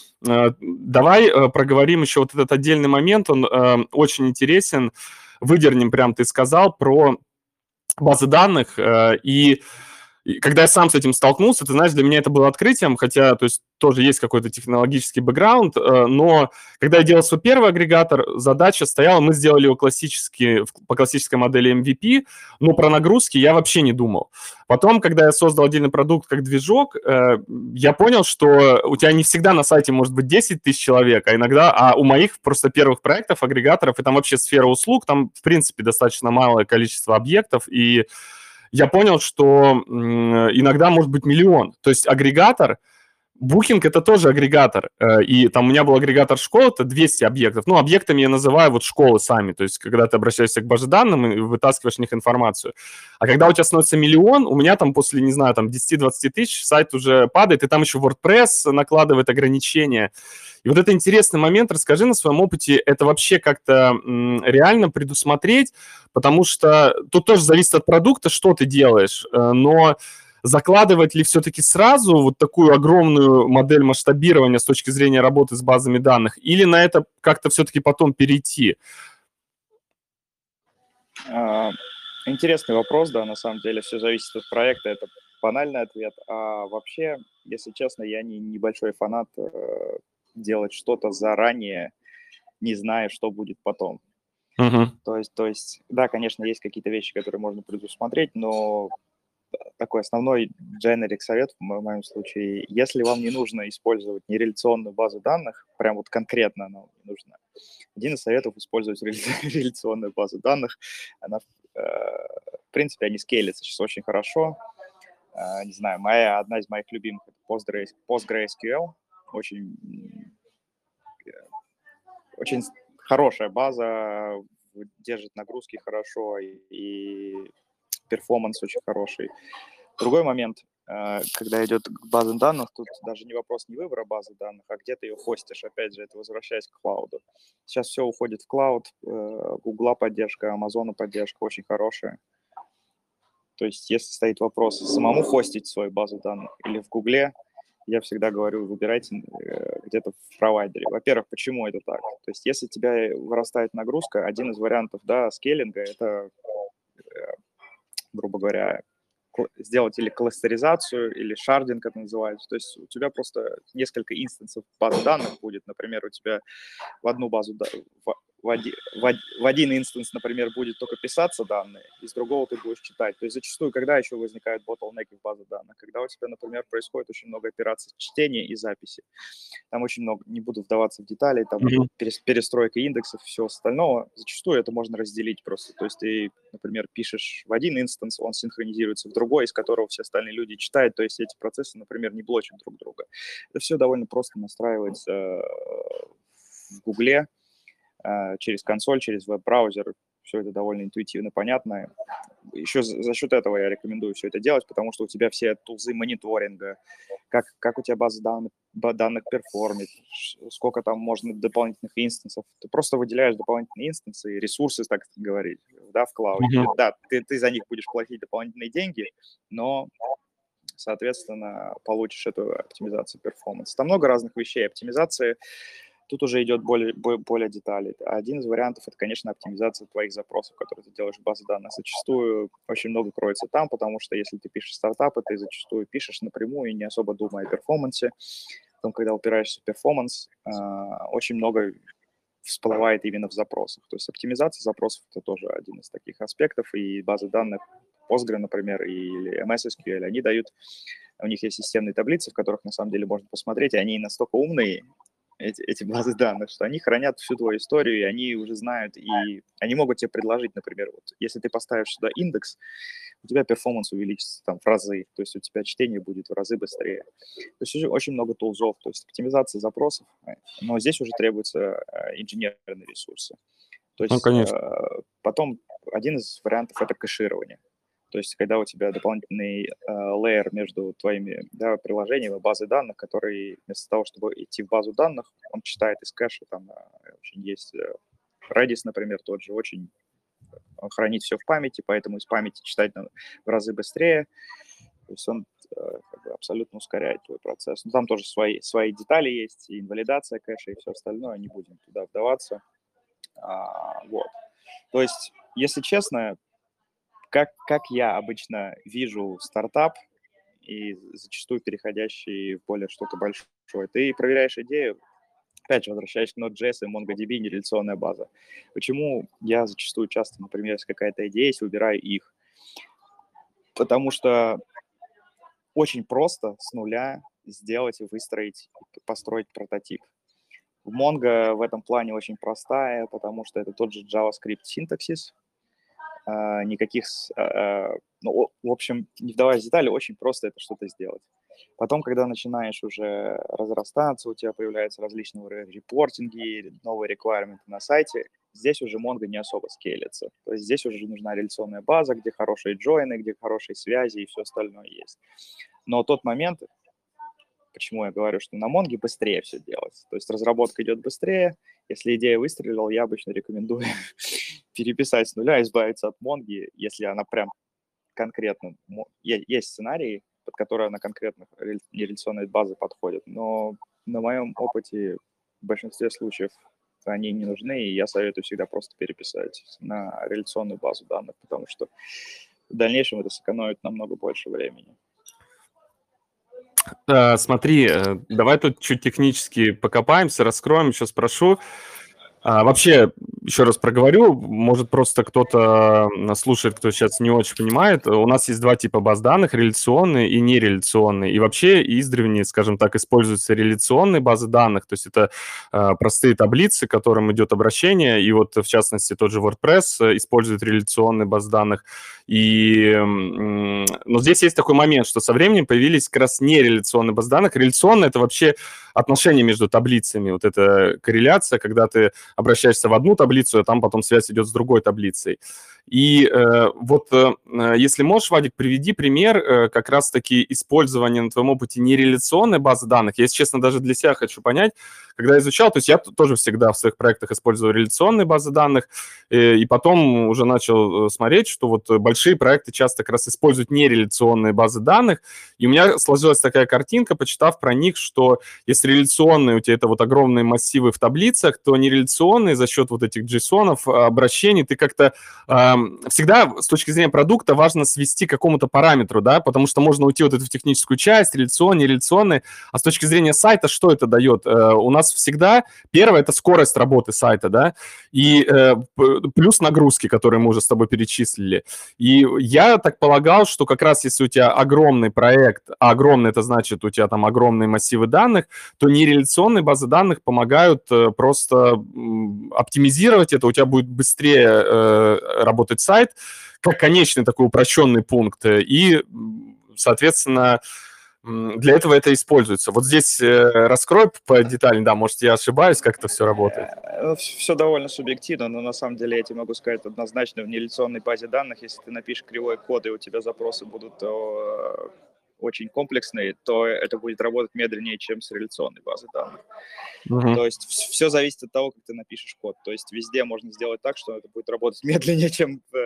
Э, давай э, проговорим еще вот этот отдельный момент, он э, очень интересен. Выдернем, прям ты сказал, про базы данных, э, и и когда я сам с этим столкнулся, ты знаешь, для меня это было открытием, хотя, то есть, тоже есть какой-то технологический бэкграунд, э, но когда я делал свой первый агрегатор, задача стояла, мы сделали его классически, в- по классической модели эм ви пи, но про нагрузки я вообще не думал. Потом, когда я создал отдельный продукт как движок, э, я понял, что у тебя не всегда на сайте может быть десять тысяч человек, а иногда, а у моих просто первых проектов, агрегаторов, и там вообще сфера услуг, там, в принципе, достаточно малое количество объектов, и я понял, что м, иногда может быть миллион. То есть агрегатор, Booking — это тоже агрегатор. Э, И там у меня был агрегатор школ, это двести объектов. Ну, объектами я называю вот школы сами. То есть когда ты обращаешься к базе данным и вытаскиваешь в них информацию. А когда у тебя становится миллион, у меня там после, не знаю, там десять-двадцать тысяч сайт уже падает, и там еще WordPress накладывает ограничения. И вот это интересный момент. Расскажи на своем опыте, это вообще как-то м, реально предусмотреть, потому что тут тоже зависит от продукта, что ты делаешь, э, но закладывать ли все-таки сразу вот такую огромную модель масштабирования с точки зрения работы с базами данных, или на это как-то все-таки потом перейти? А, Интересный вопрос, да, на самом деле все зависит от проекта, это банальный ответ. А вообще, если честно, я не небольшой фанат э, делать что-то заранее, не зная, что будет потом. Мгм. То есть, то есть, да, конечно, есть какие-то вещи, которые можно предусмотреть, но такой основной generic совет в мо- моем случае, если вам не нужно использовать нереляционную базу данных, прям вот конкретно она вам не нужна, один из советов — использовать реля- реляционную базу данных. Она, э, в принципе, они скейлятся сейчас очень хорошо. Э, не знаю, моя, одна из моих любимых — это Postgres, PostgreSQL. Очень, м, очень с- хорошая база, держит нагрузки хорошо, и, и перформанс очень хороший. Другой момент, э, когда идет к базам данных, тут даже не вопрос не выбора базы данных, а где ты ее хостишь. Опять же, это возвращаясь к клауду. Сейчас все уходит в клауд, Гугла поддержка, Амазона поддержка очень хорошая. То есть если стоит вопрос самому хостить свою базу данных или в Гугле, я всегда говорю, выбирайте э, где-то в провайдере. Во-первых, почему это так? То есть если у тебя вырастает нагрузка, один из вариантов, да, скейлинга — это, грубо говоря, сделать или кластеризацию, или шардинг это называется. То есть у тебя просто несколько инстансов баз данных будет. Например, у тебя в одну базу, в, в, один, в один инстанс, например, будет только писаться данные, из другого ты будешь читать. То есть зачастую, когда еще возникают ботлнеки в базе данных? Когда у тебя, например, происходит очень много операций чтения и записи. Там очень много, не буду вдаваться в детали, там Мгм. перестройка индексов, все остального. Зачастую это можно разделить просто. То есть ты, например, пишешь в один инстанс, он синхронизируется в другой, из которого все остальные люди читают. То есть эти процессы, например, не блочат друг друга. Это все довольно просто настраивается в Гугле через консоль, через веб-браузер. Все это довольно интуитивно понятно. Еще за, за счет этого я рекомендую все это делать, потому что у тебя все тулзы мониторинга, как, как у тебя база данных, данных перформит, сколько там можно дополнительных инстансов. Ты просто выделяешь дополнительные инстансы, ресурсы, так говорить, да, в клауде. Мгм. Да, ты, ты за них будешь платить дополнительные деньги, но, соответственно, получишь эту оптимизацию перформанса. Там много разных вещей. Оптимизации тут уже идет более, более деталей. Один из вариантов — это, конечно, оптимизация твоих запросов, которые ты делаешь в базе данных. Зачастую очень много кроется там, потому что если ты пишешь стартапы, ты зачастую пишешь напрямую, не особо думая о перформансе. Потом, когда упираешься в перформанс, очень много всплывает именно в запросах. То есть оптимизация запросов — это тоже один из таких аспектов, и базы данных Postgre, например, или эм эс эс кью эль, они дают, у них есть системные таблицы, в которых на самом деле можно посмотреть, и они настолько умные, эти, эти базы данных, что они хранят всю твою историю, и они уже знают, и они могут тебе предложить, например, вот, если ты поставишь сюда индекс, у тебя перформанс увеличится там в разы, то есть у тебя чтение будет в разы быстрее. То есть уже очень много тулзов, то есть оптимизация запросов, но здесь уже требуются инженерные ресурсы. То Ну, есть конечно. потом один из вариантов — это кэширование. То есть когда у тебя дополнительный э, лейер между твоими, да, приложениями, базой данных, который вместо того, чтобы идти в базу данных, он читает из кэша. Там э, очень есть э, Redis, например, тот же, очень он хранит все в памяти, поэтому из памяти читать надо в разы быстрее. То есть он э, как бы абсолютно ускоряет твой процесс. Но там тоже свои, свои детали есть, и инвалидация кэша, и все остальное. Не будем туда вдаваться. А, вот. То есть, если честно, как, как я обычно вижу стартап, и зачастую переходящий в более что-то большое, ты проверяешь идею, опять же, возвращаясь к Node.js и MongoDB, нереляционная база. Почему я зачастую часто, например, если какая-то идея есть, выбираю их? Потому что очень просто с нуля сделать и выстроить, построить прототип. В Mongo в этом плане очень простая, потому что это тот же JavaScript синтаксис, а, никаких, а, ну, в общем, не вдаваясь в детали, очень просто это что-то сделать. Потом, когда начинаешь уже разрастаться, у тебя появляются различные репортинги, новые requirements на сайте, здесь уже Mongo не особо скейлится. То есть здесь уже нужна реляционная база, где хорошие джойны, где хорошие связи и все остальное есть. Но тот момент, почему я говорю, что на Mongo быстрее все делать. То есть разработка идет быстрее. Если идея выстрелила, я обычно рекомендую переписать с нуля, избавиться от Mongo, если она прям конкретно... Есть сценарии, под которые она конкретно нереляционной базы подходит, но на моем опыте в большинстве случаев они не нужны, и я советую всегда просто переписать на реляционную базу данных, потому что в дальнейшем это сэкономит намного больше времени. А, смотри, э, давай тут чуть технически покопаемся, раскроем, еще спрошу. А, вообще, еще раз проговорю, может, просто кто-то нас слушает, кто сейчас не очень понимает. У нас есть два типа баз данных, реляционные и нереляционные. И вообще издревле, скажем так, используются реляционные базы данных, то есть это а, простые таблицы, к которым идет обращение, и вот, в частности, тот же WordPress использует реляционные базы данных. И, но здесь есть такой момент, что со временем появились как раз нереляционные базы данных. Реляционные — это вообще отношения между таблицами, вот эта корреляция, когда ты обращаешься в одну таблицу, а там потом связь идет с другой таблицей. И э, вот э, если можешь, Вадик, приведи пример э, как раз-таки использования на твоем опыте нереляционной базы данных. Я, если честно, даже для себя хочу понять, когда изучал, то есть я тоже всегда в своих проектах использую реляционные базы данных, э, и потом уже начал смотреть, что вот большие проекты часто как раз используют нереляционные базы данных, и у меня сложилась такая картинка, почитав про них, что если реляционные у тебя это вот огромные массивы в таблицах, то нереляционные за счет вот этих джейсонов, обращений, ты как-то э, всегда с точки зрения продукта важно свести к какому-то параметру, да, потому что можно уйти вот эту в техническую часть, реляционные, нереляционные, а с точки зрения сайта что это дает? Э, у нас всегда первое — это скорость работы сайта, да, и э, плюс нагрузки, которые мы уже с тобой перечислили. И я так полагал, что как раз если у тебя огромный проект, а огромный — это значит у тебя там огромные массивы данных, то нереляционные базы данных помогают э, просто м, оптимизировать это, у тебя будет быстрее э, работать сайт, как конечный такой упрощенный пункт, и, соответственно, для этого это используется. Вот здесь э, раскрой по детали, да, может, я ошибаюсь, как это все работает. Все довольно субъективно, но на самом деле я тебе могу сказать однозначно, в нереляционной базе данных, если ты напишешь кривой код, и у тебя запросы будут о, очень комплексные, то это будет работать медленнее, чем с реляционной базой данных. Uh-huh. То есть все зависит от того, как ты напишешь код. То есть везде можно сделать так, что это будет работать медленнее, чем э,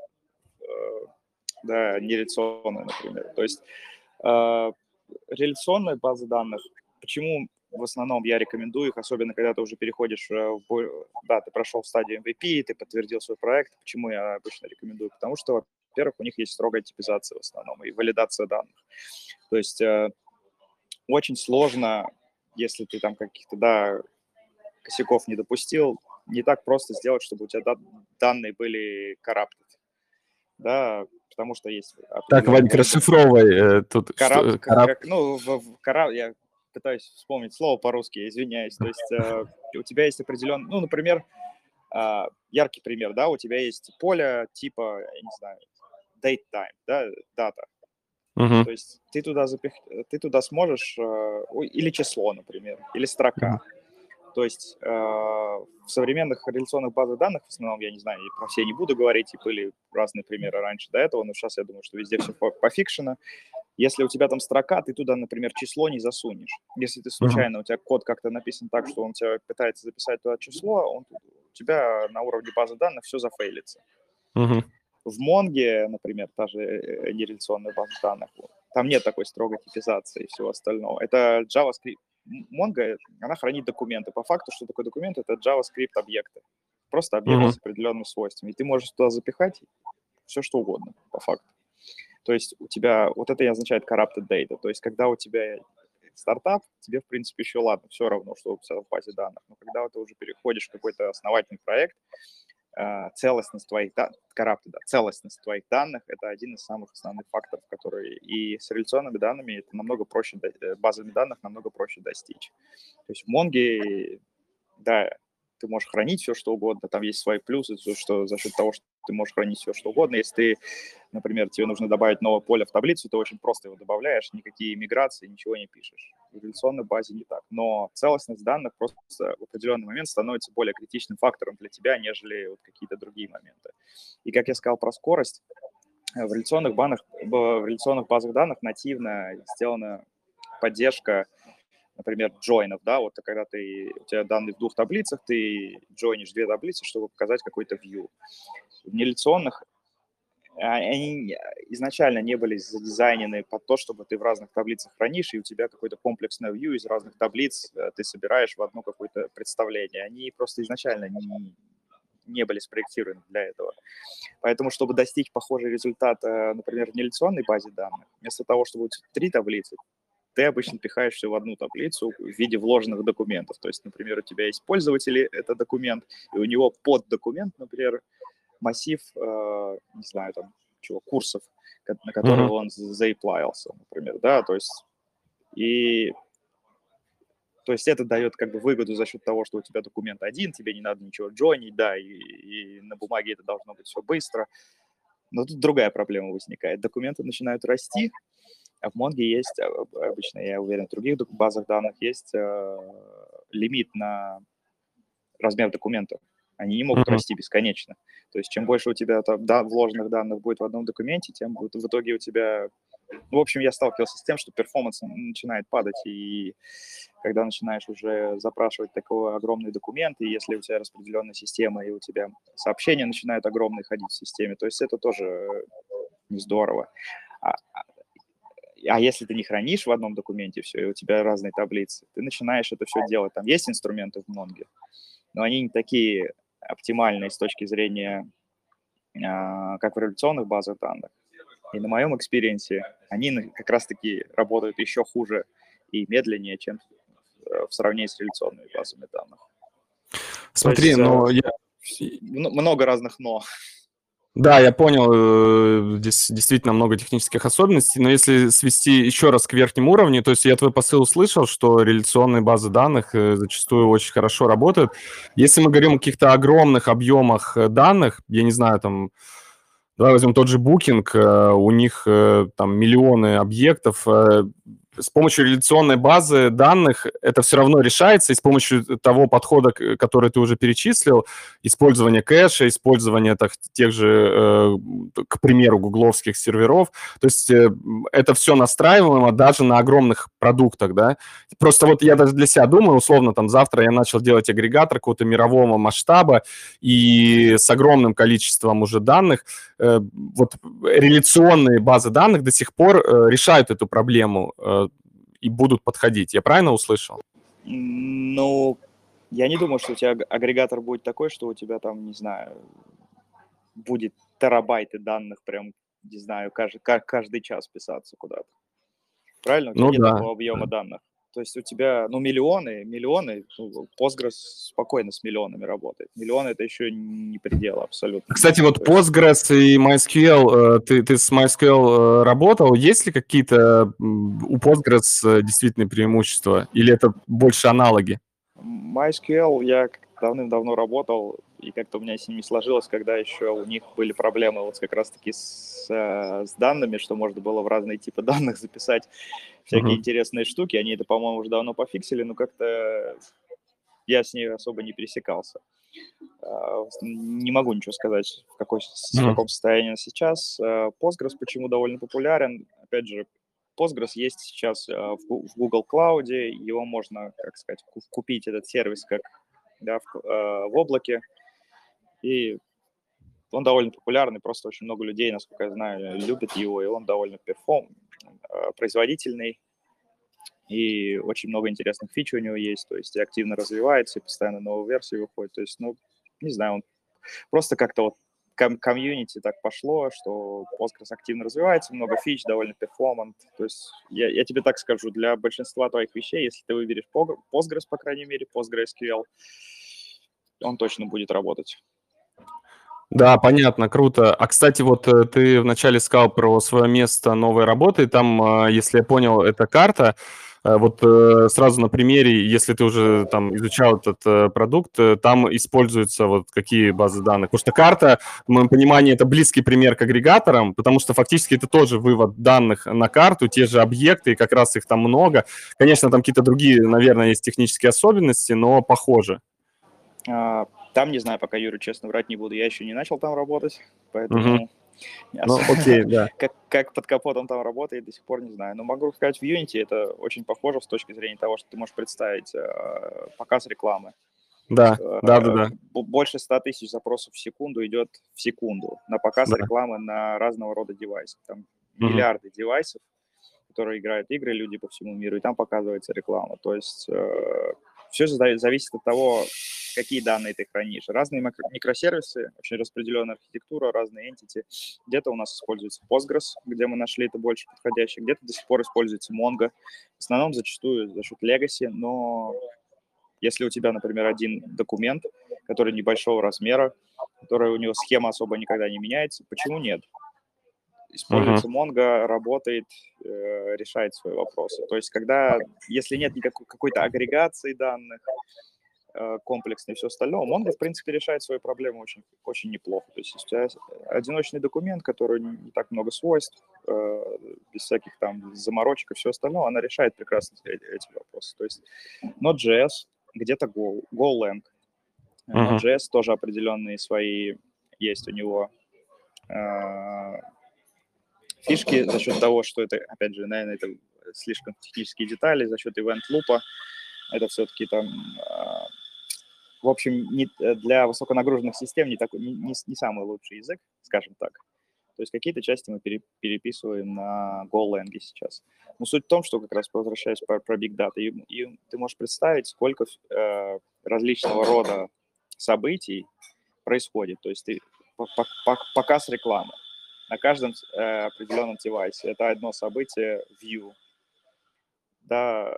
э, да, нереляционная, например. То есть э, реляционная база данных, почему в основном я рекомендую их, особенно когда ты уже переходишь в... Да, ты прошел стадию эм ви пи, ты подтвердил свой проект. Почему я обычно рекомендую? Потому что, во-первых, у них есть строгая типизация в основном и валидация данных. То есть э, очень сложно, если ты там каких-то, да, косяков не допустил, не так просто сделать, чтобы у тебя да, данные были corrupted. Да, потому что есть... Так, Вадик, расшифровывай. Э, тут corrupt, что, как, как, ну, в, в, corrupt, я пытаюсь вспомнить слово по-русски, я извиняюсь. То есть э, у тебя есть определенный... Ну, например, э, яркий пример, да, у тебя есть поле типа, я не знаю, date time, да, дата. Uh-huh. То есть ты туда, запих... ты туда сможешь... Э, или число, например, или строка. Uh-huh. То есть э, в современных реляционных базах данных, в основном, я не знаю, про все не буду говорить, и были разные примеры раньше до этого, но сейчас я думаю, что везде все пофикшено. Если у тебя там строка, ты туда, например, число не засунешь. Если ты случайно, uh-huh. у тебя код как-то написан так, что он тебя пытается записать туда число, он, у тебя на уровне базы данных все зафейлится. Uh-huh. В Mongo, например, та же нереляционная база данных, там нет такой строгой типизации и всего остального. Это JavaScript. Mongo, она хранит документы. По факту, что такое документ? Это JavaScript объекты. Просто объекты uh-huh. с определенными свойствами. И ты можешь туда запихать все что угодно, по факту. То есть у тебя, вот это и означает corrupted data, то есть когда у тебя стартап, тебе, в принципе, еще ладно, все равно, что у тебя в базе данных, но когда ты уже переходишь в какой-то основательный проект, э, целостность твоих данных, corrupted, да, целостность твоих данных – это один из самых основных факторов, которые и с реляционными данными это намного проще, базами данных намного проще достичь. То есть в Mongo, да, ты можешь хранить все, что угодно, там есть свои плюсы, что за счет того, что ты можешь хранить все, что угодно. Если ты, например, тебе нужно добавить новое поле в таблицу, ты очень просто его добавляешь, никакие миграции, ничего не пишешь. В реляционной базе не так. Но целостность данных просто в определенный момент становится более критичным фактором для тебя, нежели вот какие-то другие моменты. И как я сказал про скорость, в реляционных, банах, в реляционных базах данных нативно сделана поддержка, например, джойнов, да, вот когда ты, у тебя данные в двух таблицах, ты джойнишь две таблицы, чтобы показать какой-то view. В нереляционных они изначально не были задизайнены под то, чтобы ты в разных таблицах хранишь, и у тебя какой-то комплексный view из разных таблиц ты собираешь в одно какое-то представление. Они просто изначально не, не были спроектированы для этого. Поэтому, чтобы достичь похожий результат, например, в нереляционной базе данных, вместо того, чтобы у тебя три таблицы, ты обычно пихаешь все в одну таблицу в виде вложенных документов. То есть, например, у тебя есть пользователь, это документ, и у него под документ, например, массив, э, не знаю, там, чего, курсов, на которые uh-huh. он заиплавился, например, да, то есть, и, то есть это дает как бы выгоду за счет того, что у тебя документ один, тебе не надо ничего джойнить, да, и, и на бумаге это должно быть все быстро, но тут другая проблема возникает, документы начинают расти, а в Mongo есть, обычно, я уверен, в других базах данных есть э, лимит на размер документа. Они не могут uh-huh. расти бесконечно. То есть чем больше у тебя там, да, вложенных данных будет в одном документе, тем будет, в итоге у тебя... Ну, в общем, я сталкивался с тем, что перформанс начинает падать, и когда начинаешь уже запрашивать такой огромный документ, и если у тебя распределенная система, и у тебя сообщения начинают огромные ходить в системе, то есть это тоже не здорово. А, А если ты не хранишь в одном документе все, и у тебя разные таблицы, ты начинаешь это все делать. Там есть инструменты в Mongo, но они не такие оптимальные с точки зрения, а, как в реляционных базах данных. И на моем экспириенсе они как раз-таки работают еще хуже и медленнее, чем в сравнении с реляционными базами данных. Смотри, есть, но я... Много разных «но». Да, я понял, здесь действительно много технических особенностей, но если свести еще раз к верхнему уровню, то есть я твой посыл услышал, что реляционные базы данных зачастую очень хорошо работают. Если мы говорим о каких-то огромных объемах данных, я не знаю, там, давай возьмем тот же Booking, у них там миллионы объектов, с помощью реляционной базы данных это все равно решается, и с помощью того подхода, который ты уже перечислил, использование кэша, использование так, тех же, к примеру, гугловских серверов, то есть это все настраиваемо даже на огромных продуктах, да. Просто вот я даже для себя думаю, условно, там завтра я начал делать агрегатор какого-то мирового масштаба, и с огромным количеством уже данных, вот реляционные базы данных до сих пор решают эту проблему и будут подходить. Я правильно услышал? Ну, я не думаю, что у тебя агрегатор будет такой, что у тебя там, не знаю, будет терабайты данных прям, не знаю, каждый, каждый час писаться куда-то. Правильно? У тебя ну, нет да. такого объема данных. То есть у тебя, ну, миллионы, миллионы, ну, Postgres спокойно с миллионами работает. Миллионы – это еще не предел абсолютно. Кстати, вот Postgres и MySQL, ты, ты с MySQL работал? Есть ли какие-то у Postgres действительно преимущества? Или это больше аналоги? MySQL я давным-давно работал, и как-то у меня с ними сложилось, когда еще у них были проблемы вот как раз-таки с, с данными, что можно было в разные типы данных записать всякие uh-huh. интересные штуки. Они это, по-моему, уже давно пофиксили, но как-то я с ней особо не пересекался. Не могу ничего сказать, в, какой, в каком состоянии сейчас. Postgres почему довольно популярен? Опять же, Postgres есть сейчас в Google Cloud, его можно, как сказать, купить этот сервис как да, в, в облаке, и он довольно популярный, просто очень много людей, насколько я знаю, любят его, и он довольно перформ, производительный, и очень много интересных фич у него есть, то есть и активно развивается, и постоянно новые версии выходят, то есть, ну, не знаю, он просто как-то вот ком- комьюнити так пошло, что Postgres активно развивается, много фич, довольно перформант. То есть я, я тебе так скажу, для большинства твоих вещей, если ты выберешь Pog- Postgres, по крайней мере, PostgreSQL, он точно будет работать. Да, понятно, круто. А, кстати, вот э, ты вначале сказал про свое место новой работы. Там, э, если я понял, это карта. Э, Вот э, сразу на примере, если ты уже там изучал этот э, продукт, э, там используются вот какие базы данных. Потому что карта, в моем понимании, это близкий пример к агрегаторам, потому что фактически это тоже вывод данных на карту, те же объекты, и как раз их там много. Конечно, там какие-то другие, наверное, есть технические особенности, но похоже. А, Там, не знаю, пока, Юра, честно, врать не буду, я еще не начал там работать, Мгм. поэтому не Ну, ос- окей, да. как, как под капотом там работает, до сих пор не знаю. Но могу сказать, в Unity это очень похоже с точки зрения того, что ты можешь представить э, показ рекламы. Да, да, да, Э, да, б- Больше ста тысяч запросов в секунду идет в секунду на показ да. рекламы на разного рода девайсах. Там Мгм. миллиарды девайсов, которые играют игры, люди по всему миру, и там показывается реклама. То есть э, все зависит от того, какие данные ты хранишь. Разные макро- микросервисы, очень распределенная архитектура, разные entity. Где-то у нас используется Postgres, где мы нашли это больше подходящее, где-то до сих пор используется Mongo. В основном зачастую за счет legacy, но если у тебя, например, один документ, который небольшого размера, который у него схема особо никогда не меняется, почему нет? Мгм. Используется Mongo, работает, э, решает свои вопросы. То есть, когда, если нет никакой какой-то агрегации данных э, комплексной и все остальное, Mongo, в принципе, решает свои проблемы очень, очень неплохо. То есть, если у тебя одиночный документ, который не так много свойств, э, без всяких там заморочек и все остальное, она решает прекрасно э- эти вопросы. То есть, Node.js, где-то Go, Golang. Мгм. Node.js тоже определенные свои есть у него э, фишки за счет того, что это, опять же, наверное, это слишком технические детали, за счет event-лупа. Это все-таки там, э, в общем, не, для высоконагруженных систем не, такой, не, не, не самый лучший язык, скажем так. То есть какие-то части мы пере, переписываем на Golang сейчас. Но суть в том, что как раз возвращаясь про, про Big Data, и, и ты можешь представить, сколько э, различного рода событий происходит. То есть ты, по, по, показ рекламы на каждом э, определенном девайсе. Это одно событие view. Да,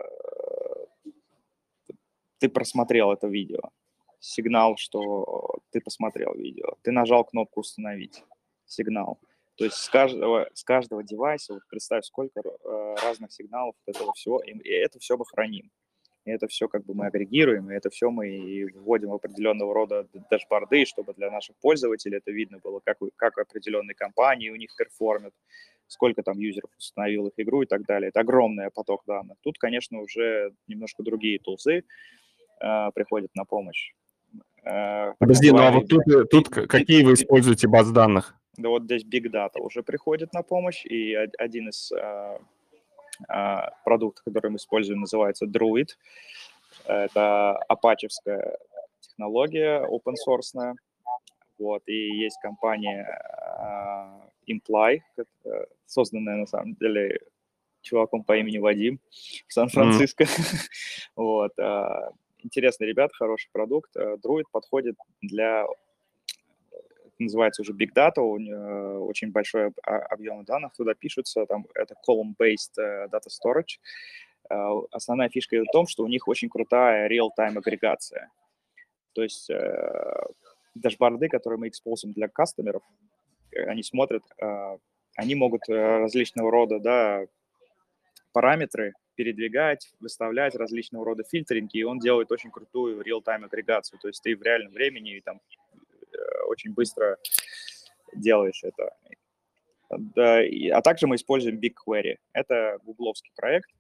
ты просмотрел это видео. Сигнал, что ты посмотрел видео. Ты нажал кнопку «Установить». Сигнал. То есть с каждого, с каждого девайса, вот представь, сколько э, разных сигналов от этого всего, и, и это все мы храним. И это все как бы мы агрегируем, и это все мы и вводим в определенного рода дашборды, чтобы для наших пользователей это видно было, как, как определенные компании у них перформят, сколько там юзеров установил их игру и так далее. Это огромный поток данных. Тут, конечно, уже немножко другие тулзы э, приходят на помощь. Э, так Подожди, ну а называемый вот тут, э, big, тут к- big, какие вы big, используете базы данных? да вот здесь Big Data уже приходит на помощь, и один из э, э, продуктов, который мы используем, называется Druid. Это апачевская технология, open source. Вот, и есть компания э, Imply, созданная на самом деле чуваком по имени Вадим в М, Сан-Франциско. Вот, э, интересный ребят, хороший продукт. Druid подходит для, называется уже Big Data, у него очень большой объем данных туда пишутся, там это column-based data storage. Основная фишка в том, что у них очень крутая real-time агрегация. То есть э, дашборды, которые мы экспозим для кастомеров, они смотрят, э, они могут э, различного рода, да, параметры передвигать, выставлять различного рода фильтринги, и он делает очень крутую real-time агрегацию. То есть ты в реальном времени и там э, очень быстро делаешь это. Да, и, а также мы используем BigQuery. Это гугловский проект,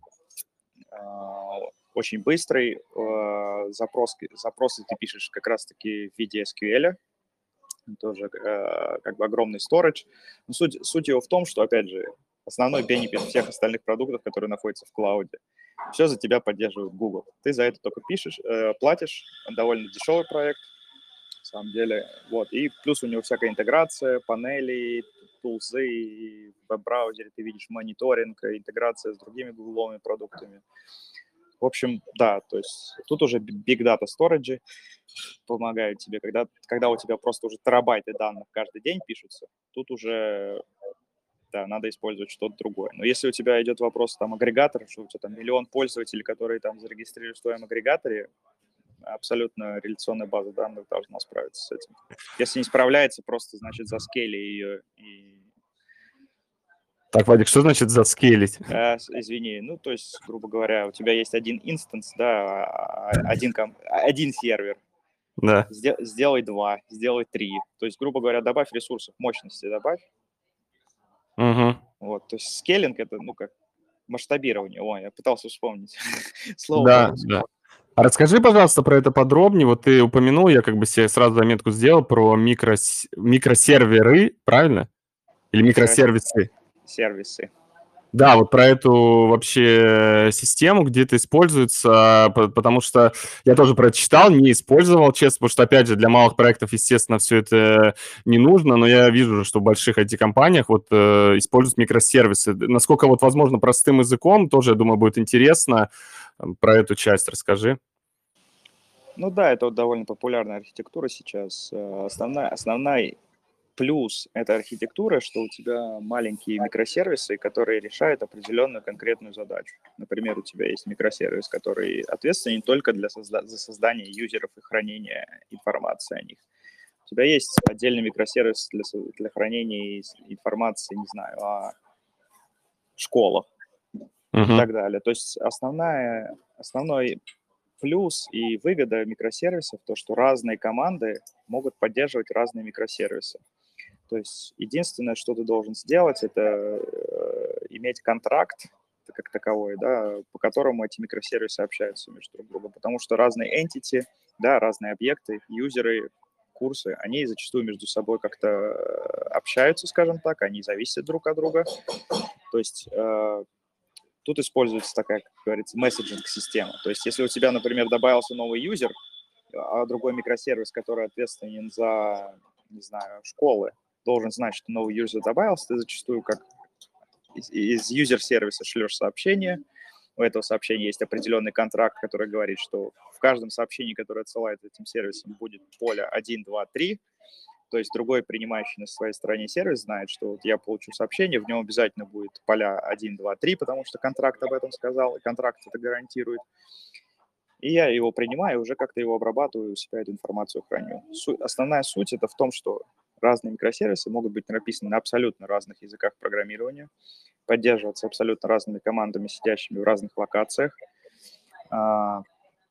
очень быстрый. Запрос, запросы ты пишешь как раз-таки в виде эс кью эль, тоже как бы огромный storage. Но суть, суть его в том, что, опять же, основной бенефит всех остальных продуктов, которые находятся в клауде, все за тебя поддерживает Google. Ты за это только пишешь, платишь, довольно дешевый проект, на самом деле. Вот. И плюс у него всякая интеграция, панели, тулзы, в веб-браузере ты видишь мониторинг, интеграция с другими гугловыми продуктами. В общем, да, то есть тут уже big data storage помогают тебе, когда, когда у тебя просто уже терабайты данных каждый день пишутся, тут уже, да, надо использовать что-то другое. Но если у тебя идет вопрос там агрегатора, что у тебя там миллион пользователей, которые там зарегистрировали в твоем агрегаторе, абсолютно реляционная база данных должна справиться с этим. Если не справляется, просто, значит, заскейли ее и... Так, Вадик, что значит заскейлить? Э, извини, ну, то есть, грубо говоря, у тебя есть один инстанс, да, один, ком... один сервер. Да. Сдел... Сделай два, сделай три. То есть, грубо говоря, добавь ресурсов, мощности добавь. Угу. Вот, то есть скейлинг — это, ну, как масштабирование. Ой, я пытался вспомнить слово. Да, да. А расскажи, пожалуйста, про это подробнее. Вот ты упомянул, я как бы себе сразу заметку сделал про микрос... микросерверы, правильно? Или микросервисы? Сервисы. Да, вот про эту вообще систему, где это используется, потому что я тоже про это читал, не использовал, честно, потому что, опять же, для малых проектов, естественно, все это не нужно, но я вижу, что в больших ай ти-компаниях вот э, используют микросервисы. Насколько вот, возможно, простым языком, тоже, я думаю, будет интересно. Про эту часть расскажи. Ну да, это вот довольно популярная архитектура сейчас. Основная, основная плюс этой архитектуры, что у тебя маленькие микросервисы, которые решают определенную конкретную задачу. Например, у тебя есть микросервис, который ответственен только для созда- за создание юзеров и хранения информации о них. У тебя есть отдельный микросервис для, для хранения информации, не знаю, о школах uh-huh. и так далее. То есть основная, основной плюс и выгода микросервисов то, что разные команды могут поддерживать разные микросервисы. То есть единственное, что ты должен сделать, это э, иметь контракт как таковой, да, по которому эти микросервисы общаются между друг другом, потому что разные entity, да, разные объекты, юзеры, курсы, они зачастую между собой как-то общаются, скажем так, они зависят друг от друга. То есть э, тут используется такая, как говорится, месседжинг-система. То есть если у тебя, например, добавился новый юзер, а другой микросервис, который ответственен за, не знаю, школы, должен знать, что новый юзер добавился, ты зачастую как из, из юзер-сервиса шлешь сообщение, у этого сообщения есть определенный контракт, который говорит, что в каждом сообщении, которое отсылает этим сервисом, будет поле один, два, три, то есть другой принимающий на своей стороне сервис знает, что вот я получу сообщение, в нем обязательно будет поля один, два, три, потому что контракт об этом сказал, и контракт это гарантирует. И я его принимаю, уже как-то его обрабатываю, у себя эту информацию храню. Су- основная суть это в том, что разные микросервисы могут быть написаны на абсолютно разных языках программирования, поддерживаться абсолютно разными командами, сидящими в разных локациях. А,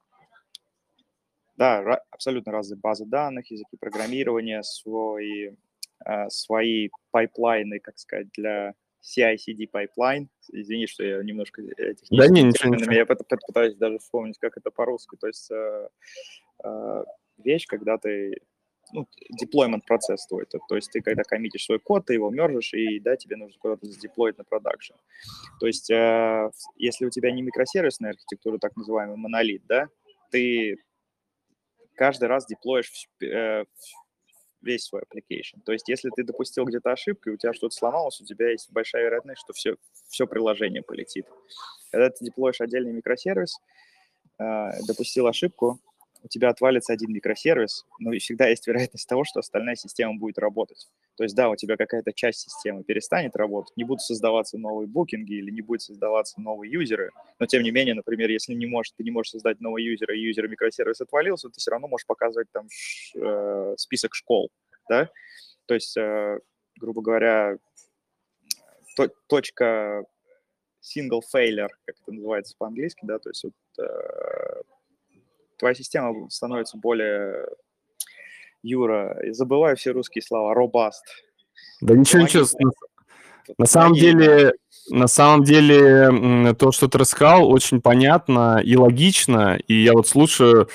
да, ра- абсолютно разные базы данных, языки программирования, свои, а, свои пайплайны, как сказать, для си ай си ди пайплайн. Извини, что я немножко техническими Да не, ничего, терминами, ничего. я пыт- пытаюсь даже вспомнить, как это по-русски. То есть э, э, вещь, когда ты, ну, deployment процесс твой, то, то есть ты когда коммитишь свой код, ты его мержишь, и да, тебе нужно куда-то задеплоить на продакшн. То есть э, если у тебя не микросервисная архитектура, так называемый монолит, да, ты каждый раз деплоишь э, весь свой application. То есть если ты допустил где-то ошибку, и у тебя что-то сломалось, у тебя есть большая вероятность, что все, все приложение полетит. Когда ты деплоишь отдельный микросервис, э, допустил ошибку, у тебя отвалится один микросервис, но и всегда есть вероятность того, что остальная система будет работать. То есть да, у тебя какая-то часть системы перестанет работать, не будут создаваться новые букинги или не будут создаваться новые юзеры, но тем не менее, например, если не можешь, ты не можешь создать нового юзера, и юзер микросервис отвалился, ты все равно можешь показывать там ш, э, список школ, да? То есть, э, грубо говоря, то, точка single failure, как это называется по-английски, да, то есть вот, э, твоя система становится более, Юра, забываю все русские слова, robust. Да ничего, Помоги. ничего. На самом Помоги деле, именно. на самом деле, м, то, что ты рассказал, очень понятно и логично. И я вот слушаю,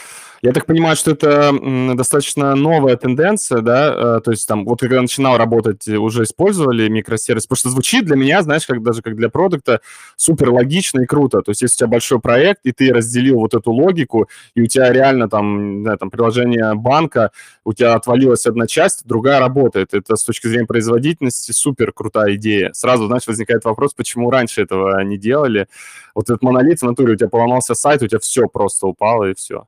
Я так понимаю, что это м, достаточно новая тенденция, да, э, то есть там вот когда начинал работать, э, уже использовали микросервис, потому что звучит для меня, знаешь, как даже как для продукта супер логично и круто. То есть если у тебя большой проект, и ты разделил вот эту логику, и у тебя реально там, не знаю, там приложение банка, у тебя отвалилась одна часть, другая работает. Это с точки зрения производительности супер крутая идея. Сразу, знаешь, возникает вопрос, почему раньше этого не делали. Вот этот монолит в натуре, у тебя поломался сайт, у тебя все просто упало, и все.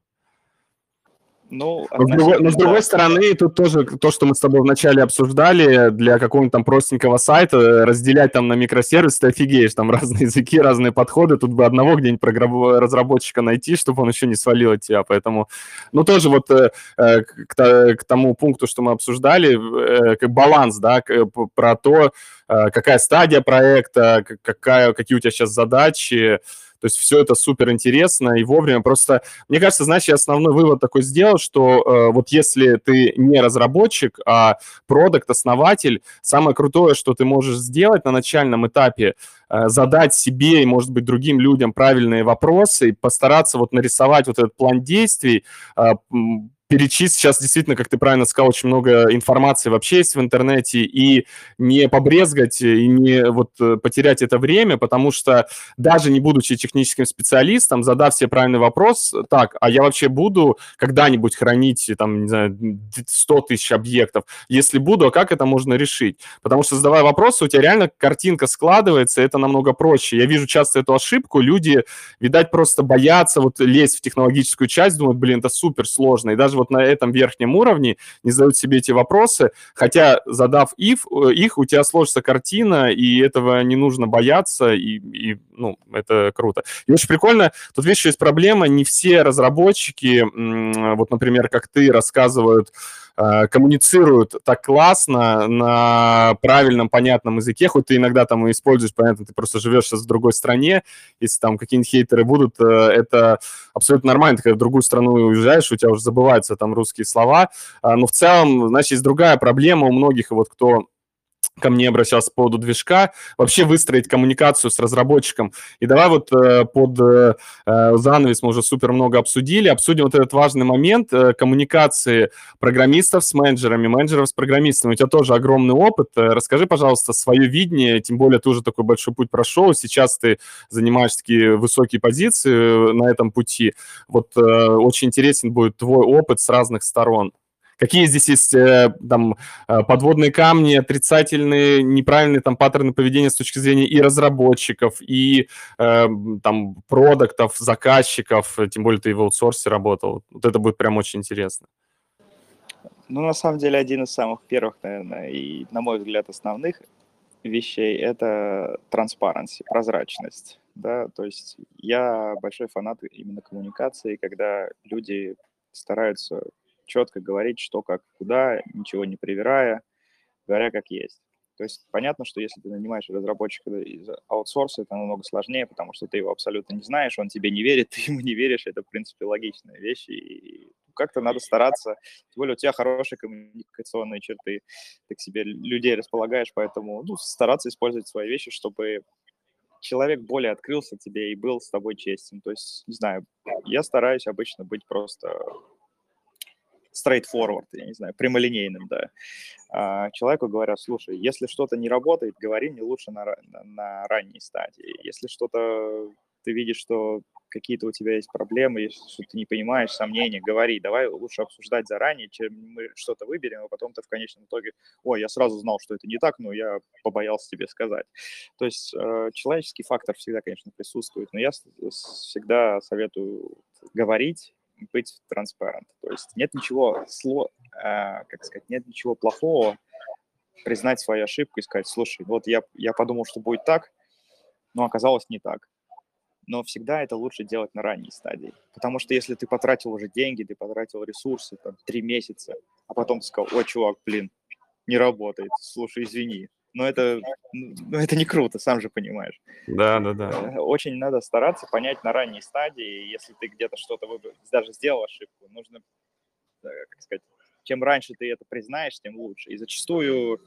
Ну, Но с, другой, но с относительно, другой да. стороны, тут тоже то, что мы с тобой вначале обсуждали, для какого-нибудь там простенького сайта э, разделять там на микросервисы, ты офигеешь, там разные языки, разные подходы, тут бы одного где-нибудь программ- разработчика найти, чтобы он еще не свалил от тебя, поэтому, ну, тоже вот э, э, к, к тому пункту, что мы обсуждали, э, как баланс, да, к- п- про то, э, какая стадия проекта, к- какая, какие у тебя сейчас задачи, то есть все это супер интересно и вовремя. Просто, мне кажется, знаешь, я основной вывод такой сделал, что э, вот если ты не разработчик, а продакт-основатель, самое крутое, что ты можешь сделать на начальном этапе, э, задать себе и, может быть, другим людям правильные вопросы, и постараться вот нарисовать вот этот план действий, э, м, перечислить. Сейчас действительно, как ты правильно сказал, очень много информации вообще есть в интернете, и не побрезгать, и не вот э, потерять это время, потому что даже не будучи техническим специалистом, задав себе правильный вопрос, так, а я вообще буду когда-нибудь хранить, там, не знаю, сто тысяч объектов? Если буду, а как это можно решить? Потому что, задавая вопросы, у тебя реально картинка складывается, и это намного проще. Я вижу часто эту ошибку, люди, видать, просто боятся вот лезть в технологическую часть, думают, блин, это супер сложно, и даже вот на этом верхнем уровне не задают себе эти вопросы, хотя, задав их, их у тебя сложится картина, и этого не нужно бояться, и, и ну, это круто. И очень прикольно, тут, видишь, еще есть проблема, не все разработчики, вот, например, как ты, рассказывают, э, коммуницируют так классно на правильном, понятном языке, хоть ты иногда там и используешь, понятно, ты просто живешь сейчас в другой стране, если там какие-нибудь хейтеры будут, э, это абсолютно нормально, ты когда в другую страну уезжаешь, у тебя уже забываются там русские слова, а, но в целом, значит, есть другая проблема у многих, вот кто ко мне обращался по поводу движка, вообще выстроить коммуникацию с разработчиком. И давай вот э, под э, занавес мы уже супер много обсудили, обсудим вот этот важный момент э, коммуникации программистов с менеджерами, менеджеров с программистами. У тебя тоже огромный опыт. Э, Расскажи, пожалуйста, свое видение, тем более ты уже такой большой путь прошел, сейчас ты занимаешь такие высокие позиции на этом пути. Вот э, очень интересен будет твой опыт с разных сторон. Какие здесь есть э, там э, подводные камни, отрицательные, неправильные там паттерны поведения с точки зрения и разработчиков, и э, там продуктов, заказчиков, тем более ты в аутсорсе работал. Вот это будет прям очень интересно. Ну, на самом деле, один из самых первых, наверное, и, на мой взгляд, основных вещей – это transparency, прозрачность. Да? То есть я большой фанат именно коммуникации, когда люди стараются четко говорить, что, как, куда, ничего не привирая, говоря как есть. То есть понятно, что если ты нанимаешь разработчика из аутсорса, это намного сложнее, потому что ты его абсолютно не знаешь, он тебе не верит, ты ему не веришь, это, в принципе, логичная вещь, и как-то надо стараться, тем более у тебя хорошие коммуникационные черты, ты к себе людей располагаешь, поэтому ну, стараться использовать свои вещи, чтобы человек более открылся тебе и был с тобой честен. То есть, не знаю, я стараюсь обычно быть просто straightforward, я не знаю, прямолинейным, да. А, человеку говорят, слушай, если что-то не работает, говори мне лучше на, на, на ранней стадии. Если что-то ты видишь, что какие-то у тебя есть проблемы, если что ты не понимаешь, сомнения, говори, давай лучше обсуждать заранее, чем мы что-то выберем, а потом ты в конечном итоге, ой, я сразу знал, что это не так, но я побоялся тебе сказать. То есть э, человеческий фактор всегда, конечно, присутствует, но я всегда советую говорить, быть транспарент. То есть нет ничего, сло, э, как сказать, нет ничего плохого признать свою ошибку и сказать, слушай, вот я, я подумал, что будет так, но оказалось не так. Но всегда это лучше делать на ранней стадии. Потому что если ты потратил уже деньги, ты потратил ресурсы, там, три месяца, а потом ты сказал, ой, чувак, блин, не работает, слушай, извини. Но это, ну, это не круто, сам же понимаешь. Да, да, да. Очень надо стараться понять на ранней стадии, если ты где-то что-то выбрал, даже сделал ошибку, нужно, как сказать, чем раньше ты это признаешь, тем лучше. И зачастую,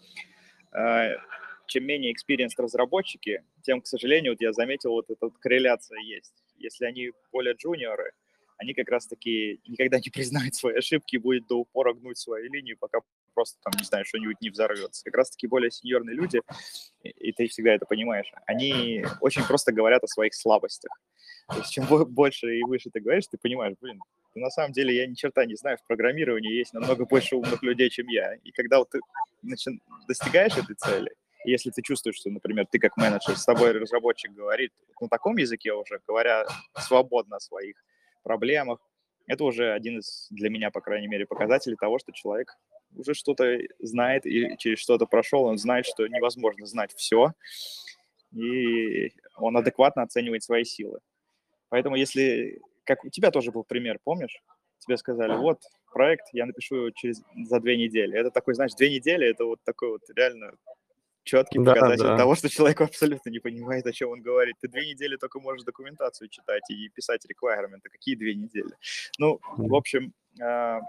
чем менее experienced разработчики, тем, к сожалению, вот я заметил, вот эта вот корреляция есть. Если они более джуниоры, они как раз-таки никогда не признают свои ошибки и будут до упора гнуть свои линии, пока просто там, не знаю, что-нибудь не взорвется. Как раз-таки более сеньорные люди, и, и ты всегда это понимаешь, они очень просто говорят о своих слабостях. То есть чем больше и выше ты говоришь, ты понимаешь, блин, на самом деле я ни черта не знаю, в программировании есть намного больше умных людей, чем я. И когда вот ты начи- достигаешь этой цели, и если ты чувствуешь, что, например, ты как менеджер, с тобой разработчик говорит на таком языке уже, говоря свободно о своих проблемах, это уже один из, для меня, по крайней мере, показателей того, что человек уже что-то знает и через что-то прошел, он знает, что невозможно знать все, и он адекватно оценивает свои силы. Поэтому если, как у тебя тоже был пример, помнишь? Тебе сказали, вот, проект я напишу через, за две недели. Это такой, знаешь, две недели, это вот такой вот реально четкий Да, показатель да. того, что человек абсолютно не понимает, о чем он говорит. Ты две недели только можешь документацию читать и писать requirement. Какие две недели? Ну, в общем, э,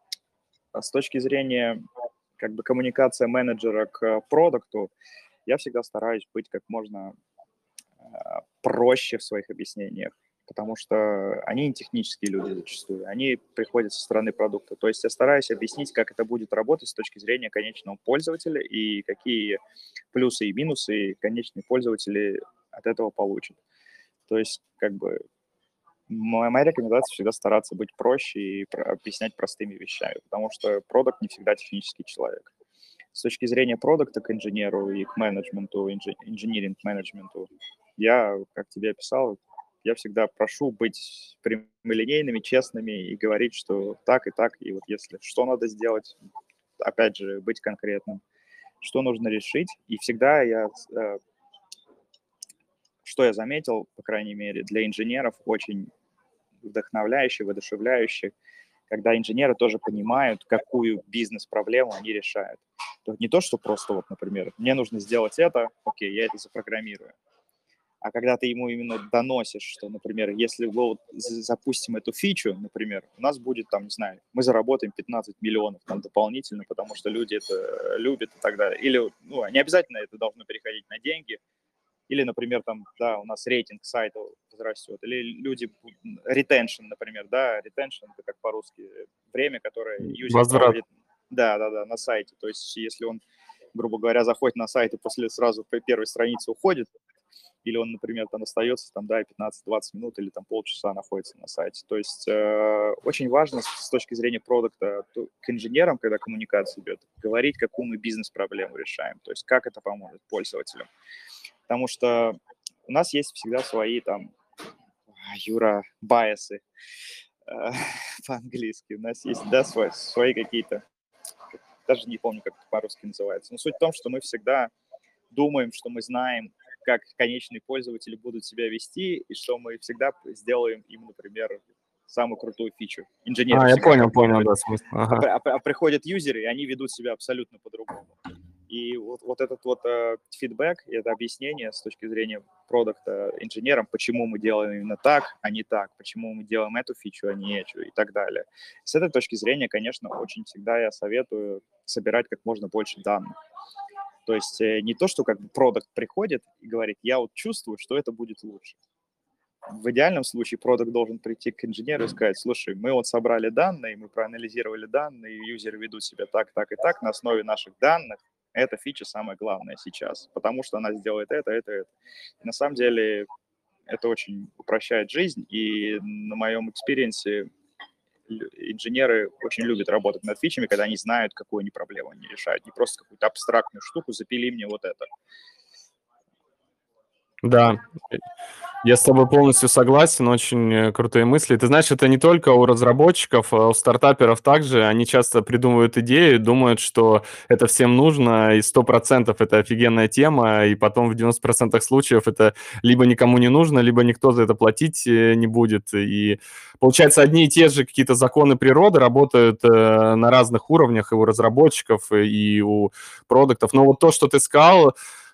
с точки зрения как бы коммуникация менеджера к продукту, я всегда стараюсь быть как можно э, проще в своих объяснениях, потому что они не технические люди зачастую, они приходят со стороны продукта. То есть я стараюсь объяснить, как это будет работать с точки зрения конечного пользователя и какие плюсы и минусы конечные пользователи от этого получат. То есть как бы моя, моя рекомендация всегда стараться быть проще и про- объяснять простыми вещами, потому что продукт не всегда технический человек. С точки зрения продукта к инженеру и к менеджменту, инжиниринг-менеджменту, я, как тебе описал, я всегда прошу быть прямолинейными, честными и говорить, что так и так, и вот если что надо сделать, опять же, быть конкретным, что нужно решить. И всегда я, э, что я заметил, по крайней мере, для инженеров очень вдохновляюще, воодушевляюще, когда инженеры тоже понимают, какую бизнес-проблему они решают. То есть не то, что просто вот, например, мне нужно сделать это, окей, я это запрограммирую. А когда ты ему именно доносишь, что, например, если мы вот запустим эту фичу, например, у нас будет там, не знаю, мы заработаем пятнадцать миллионов там дополнительно, потому что люди это любят и так далее. Или, ну, не обязательно это должно переходить на деньги. Или, например, там, да, у нас рейтинг сайта возрастет. Или люди, retention, например, да, retention, это как по-русски, время, которое юзер Возврат. проводит, да, да, да, на сайте. То есть если он, грубо говоря, заходит на сайт и после сразу по первой странице уходит, или он, например, там остается там, да, пятнадцать-двадцать минут или там полчаса находится на сайте. То есть э, очень важно с, с точки зрения продукта то, к инженерам, когда коммуникация идет, говорить, какую мы бизнес-проблему решаем, то есть как это поможет пользователям. Потому что у нас есть всегда свои там, Юра, байесы э, по-английски. У нас есть, да, свои, свои какие-то, даже не помню, как это по-русски называется. Но суть в том, что мы всегда думаем, что мы знаем, как конечные пользователи будут себя вести, и что мы всегда сделаем им, например, самую крутую фичу. Инженеры А, я всегда понял, так понял, думают. да, смысл. А, Ага. при- а при- а приходят юзеры, и они ведут себя абсолютно по-другому. И вот, вот этот вот э, фидбэк, это объяснение с точки зрения продукта инженерам, почему мы делаем именно так, а не так, почему мы делаем эту фичу, а не эту и так далее. С этой точки зрения, конечно, очень всегда я советую собирать как можно больше данных. То есть э, не то, что как бы продукт приходит и говорит, я вот чувствую, что это будет лучше. В идеальном случае продукт должен прийти к инженеру и сказать, слушай, мы вот собрали данные, мы проанализировали данные, юзеры ведут себя так, так и так, на основе наших данных эта фича самая главная сейчас, потому что она сделает это, это, это. И на самом деле это очень упрощает жизнь, и на моем экспириенсе инженеры очень любят работать над фичами, когда они знают, какую они проблему они решают, не просто какую-то абстрактную штуку, запили мне вот это. Да, я с тобой полностью согласен, очень э, крутые мысли. Ты знаешь, это не только у разработчиков, а у стартаперов также. Они часто придумывают идеи, думают, что это всем нужно, и сто процентов это офигенная тема, и потом в девяноста процентах случаев это либо никому не нужно, либо никто за это платить э, не будет. И получается, одни и те же какие-то законы природы работают э, на разных уровнях и у разработчиков, и у продуктов. Но вот то, что ты сказал,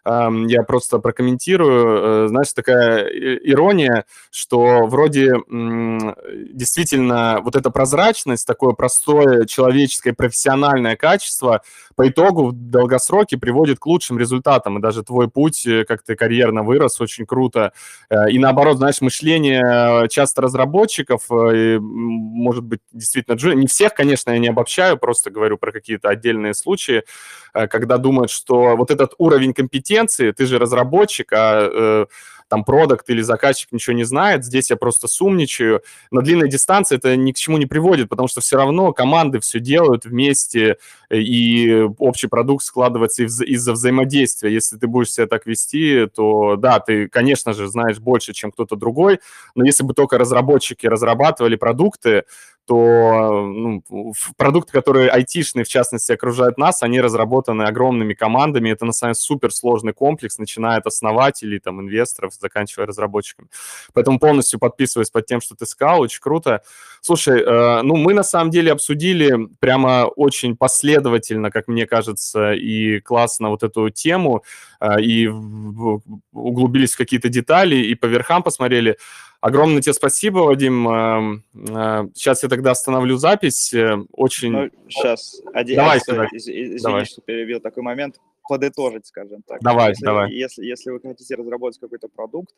ам, я просто прокомментирую. Э, знаешь, такая и ирония, что вроде, м, действительно вот эта прозрачность, такое простое человеческое профессиональное качество по итогу в долгосроке приводит к лучшим результатам. И даже твой путь, э, как ты карьерно вырос, очень круто. Э, и наоборот, знаешь, мышление часто разработчиков, э, м, может быть, действительно джуни не всех, конечно, я не обобщаю, просто говорю про какие-то отдельные случаи, э, когда думают, что вот этот уровень компетенции, ты же разработчик, а, э, там продакт или заказчик ничего не знает, здесь я просто сумничаю. На длинной дистанции это ни к чему не приводит, потому что все равно команды все делают вместе, э, и общий продукт складывается из- из-за взаимодействия. Если ты будешь себя так вести, то да, ты, конечно же, знаешь больше, чем кто-то другой, но если бы только разработчики разрабатывали продукты, то ну, в- продукты, которые айтишные, в частности, окружают нас, они разработаны огромными командами. Это, на самом деле, суперсложный комплекс, начиная от основателей, там, инвесторов, заканчивая разработчиками. Поэтому полностью подписываюсь под тем, что ты сказал, очень круто. Слушай, э, ну, мы, на самом деле, обсудили прямо очень последовательно, как мне кажется, и классно вот эту тему, э, и в- в- углубились в какие-то детали, и по верхам посмотрели. Огромное тебе спасибо, Вадим. Эм, э, Сейчас я тогда остановлю запись. Э, Очень... Ну, сейчас, один, Давай сюда. извини, Давай. что перебил такой момент, подытожить, скажем так. Давай, Если, давай. если, если вы хотите разработать какой-то продукт,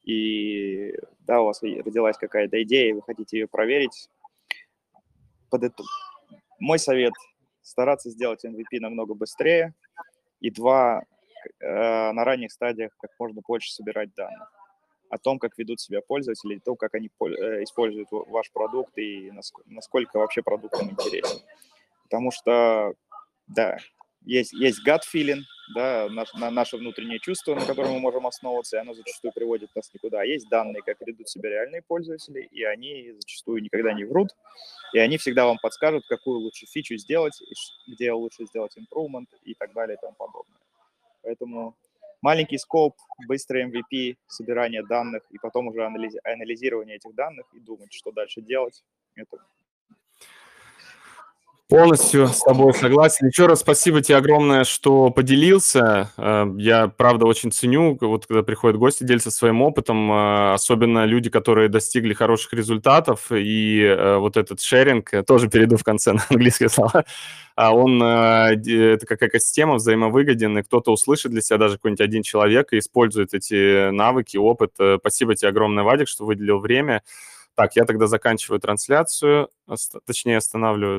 и да, у вас родилась какая-то идея, и вы хотите ее проверить, подыту... мой совет – стараться сделать эм ви пи намного быстрее, и два, э, на ранних стадиях как можно больше собирать данных о том, как ведут себя пользователи, о том, как они э, используют ваш продукт и насколько, насколько вообще продукт им интересен. Потому что, да, есть, есть gut feeling, да, наш, на, наше внутреннее чувство, на котором мы можем основываться, и оно зачастую приводит нас никуда. А есть данные, как ведут себя реальные пользователи, и они зачастую никогда не врут, и они всегда вам подскажут, какую лучше фичу сделать, и где лучше сделать improvement и так далее и тому подобное. Поэтому маленький скоп, быстрый эм ви пи, собирание данных, и потом уже анализи- анализирование этих данных и думать, что дальше делать. Это Полностью с тобой согласен. Еще раз спасибо тебе огромное, что поделился. Э, Я, правда, очень ценю, вот когда приходят гости, делятся своим опытом, э, особенно люди, которые достигли хороших результатов. И э, вот этот шеринг, э, тоже перейду в конце на английские слова, а он, э, де- это как экосистема, взаимовыгоден, и кто-то услышит для себя, даже какой-нибудь один человек, и использует эти навыки, опыт. Э, Спасибо тебе огромное, Вадик, что выделил время. Так, я тогда заканчиваю трансляцию, ост- точнее останавливаю.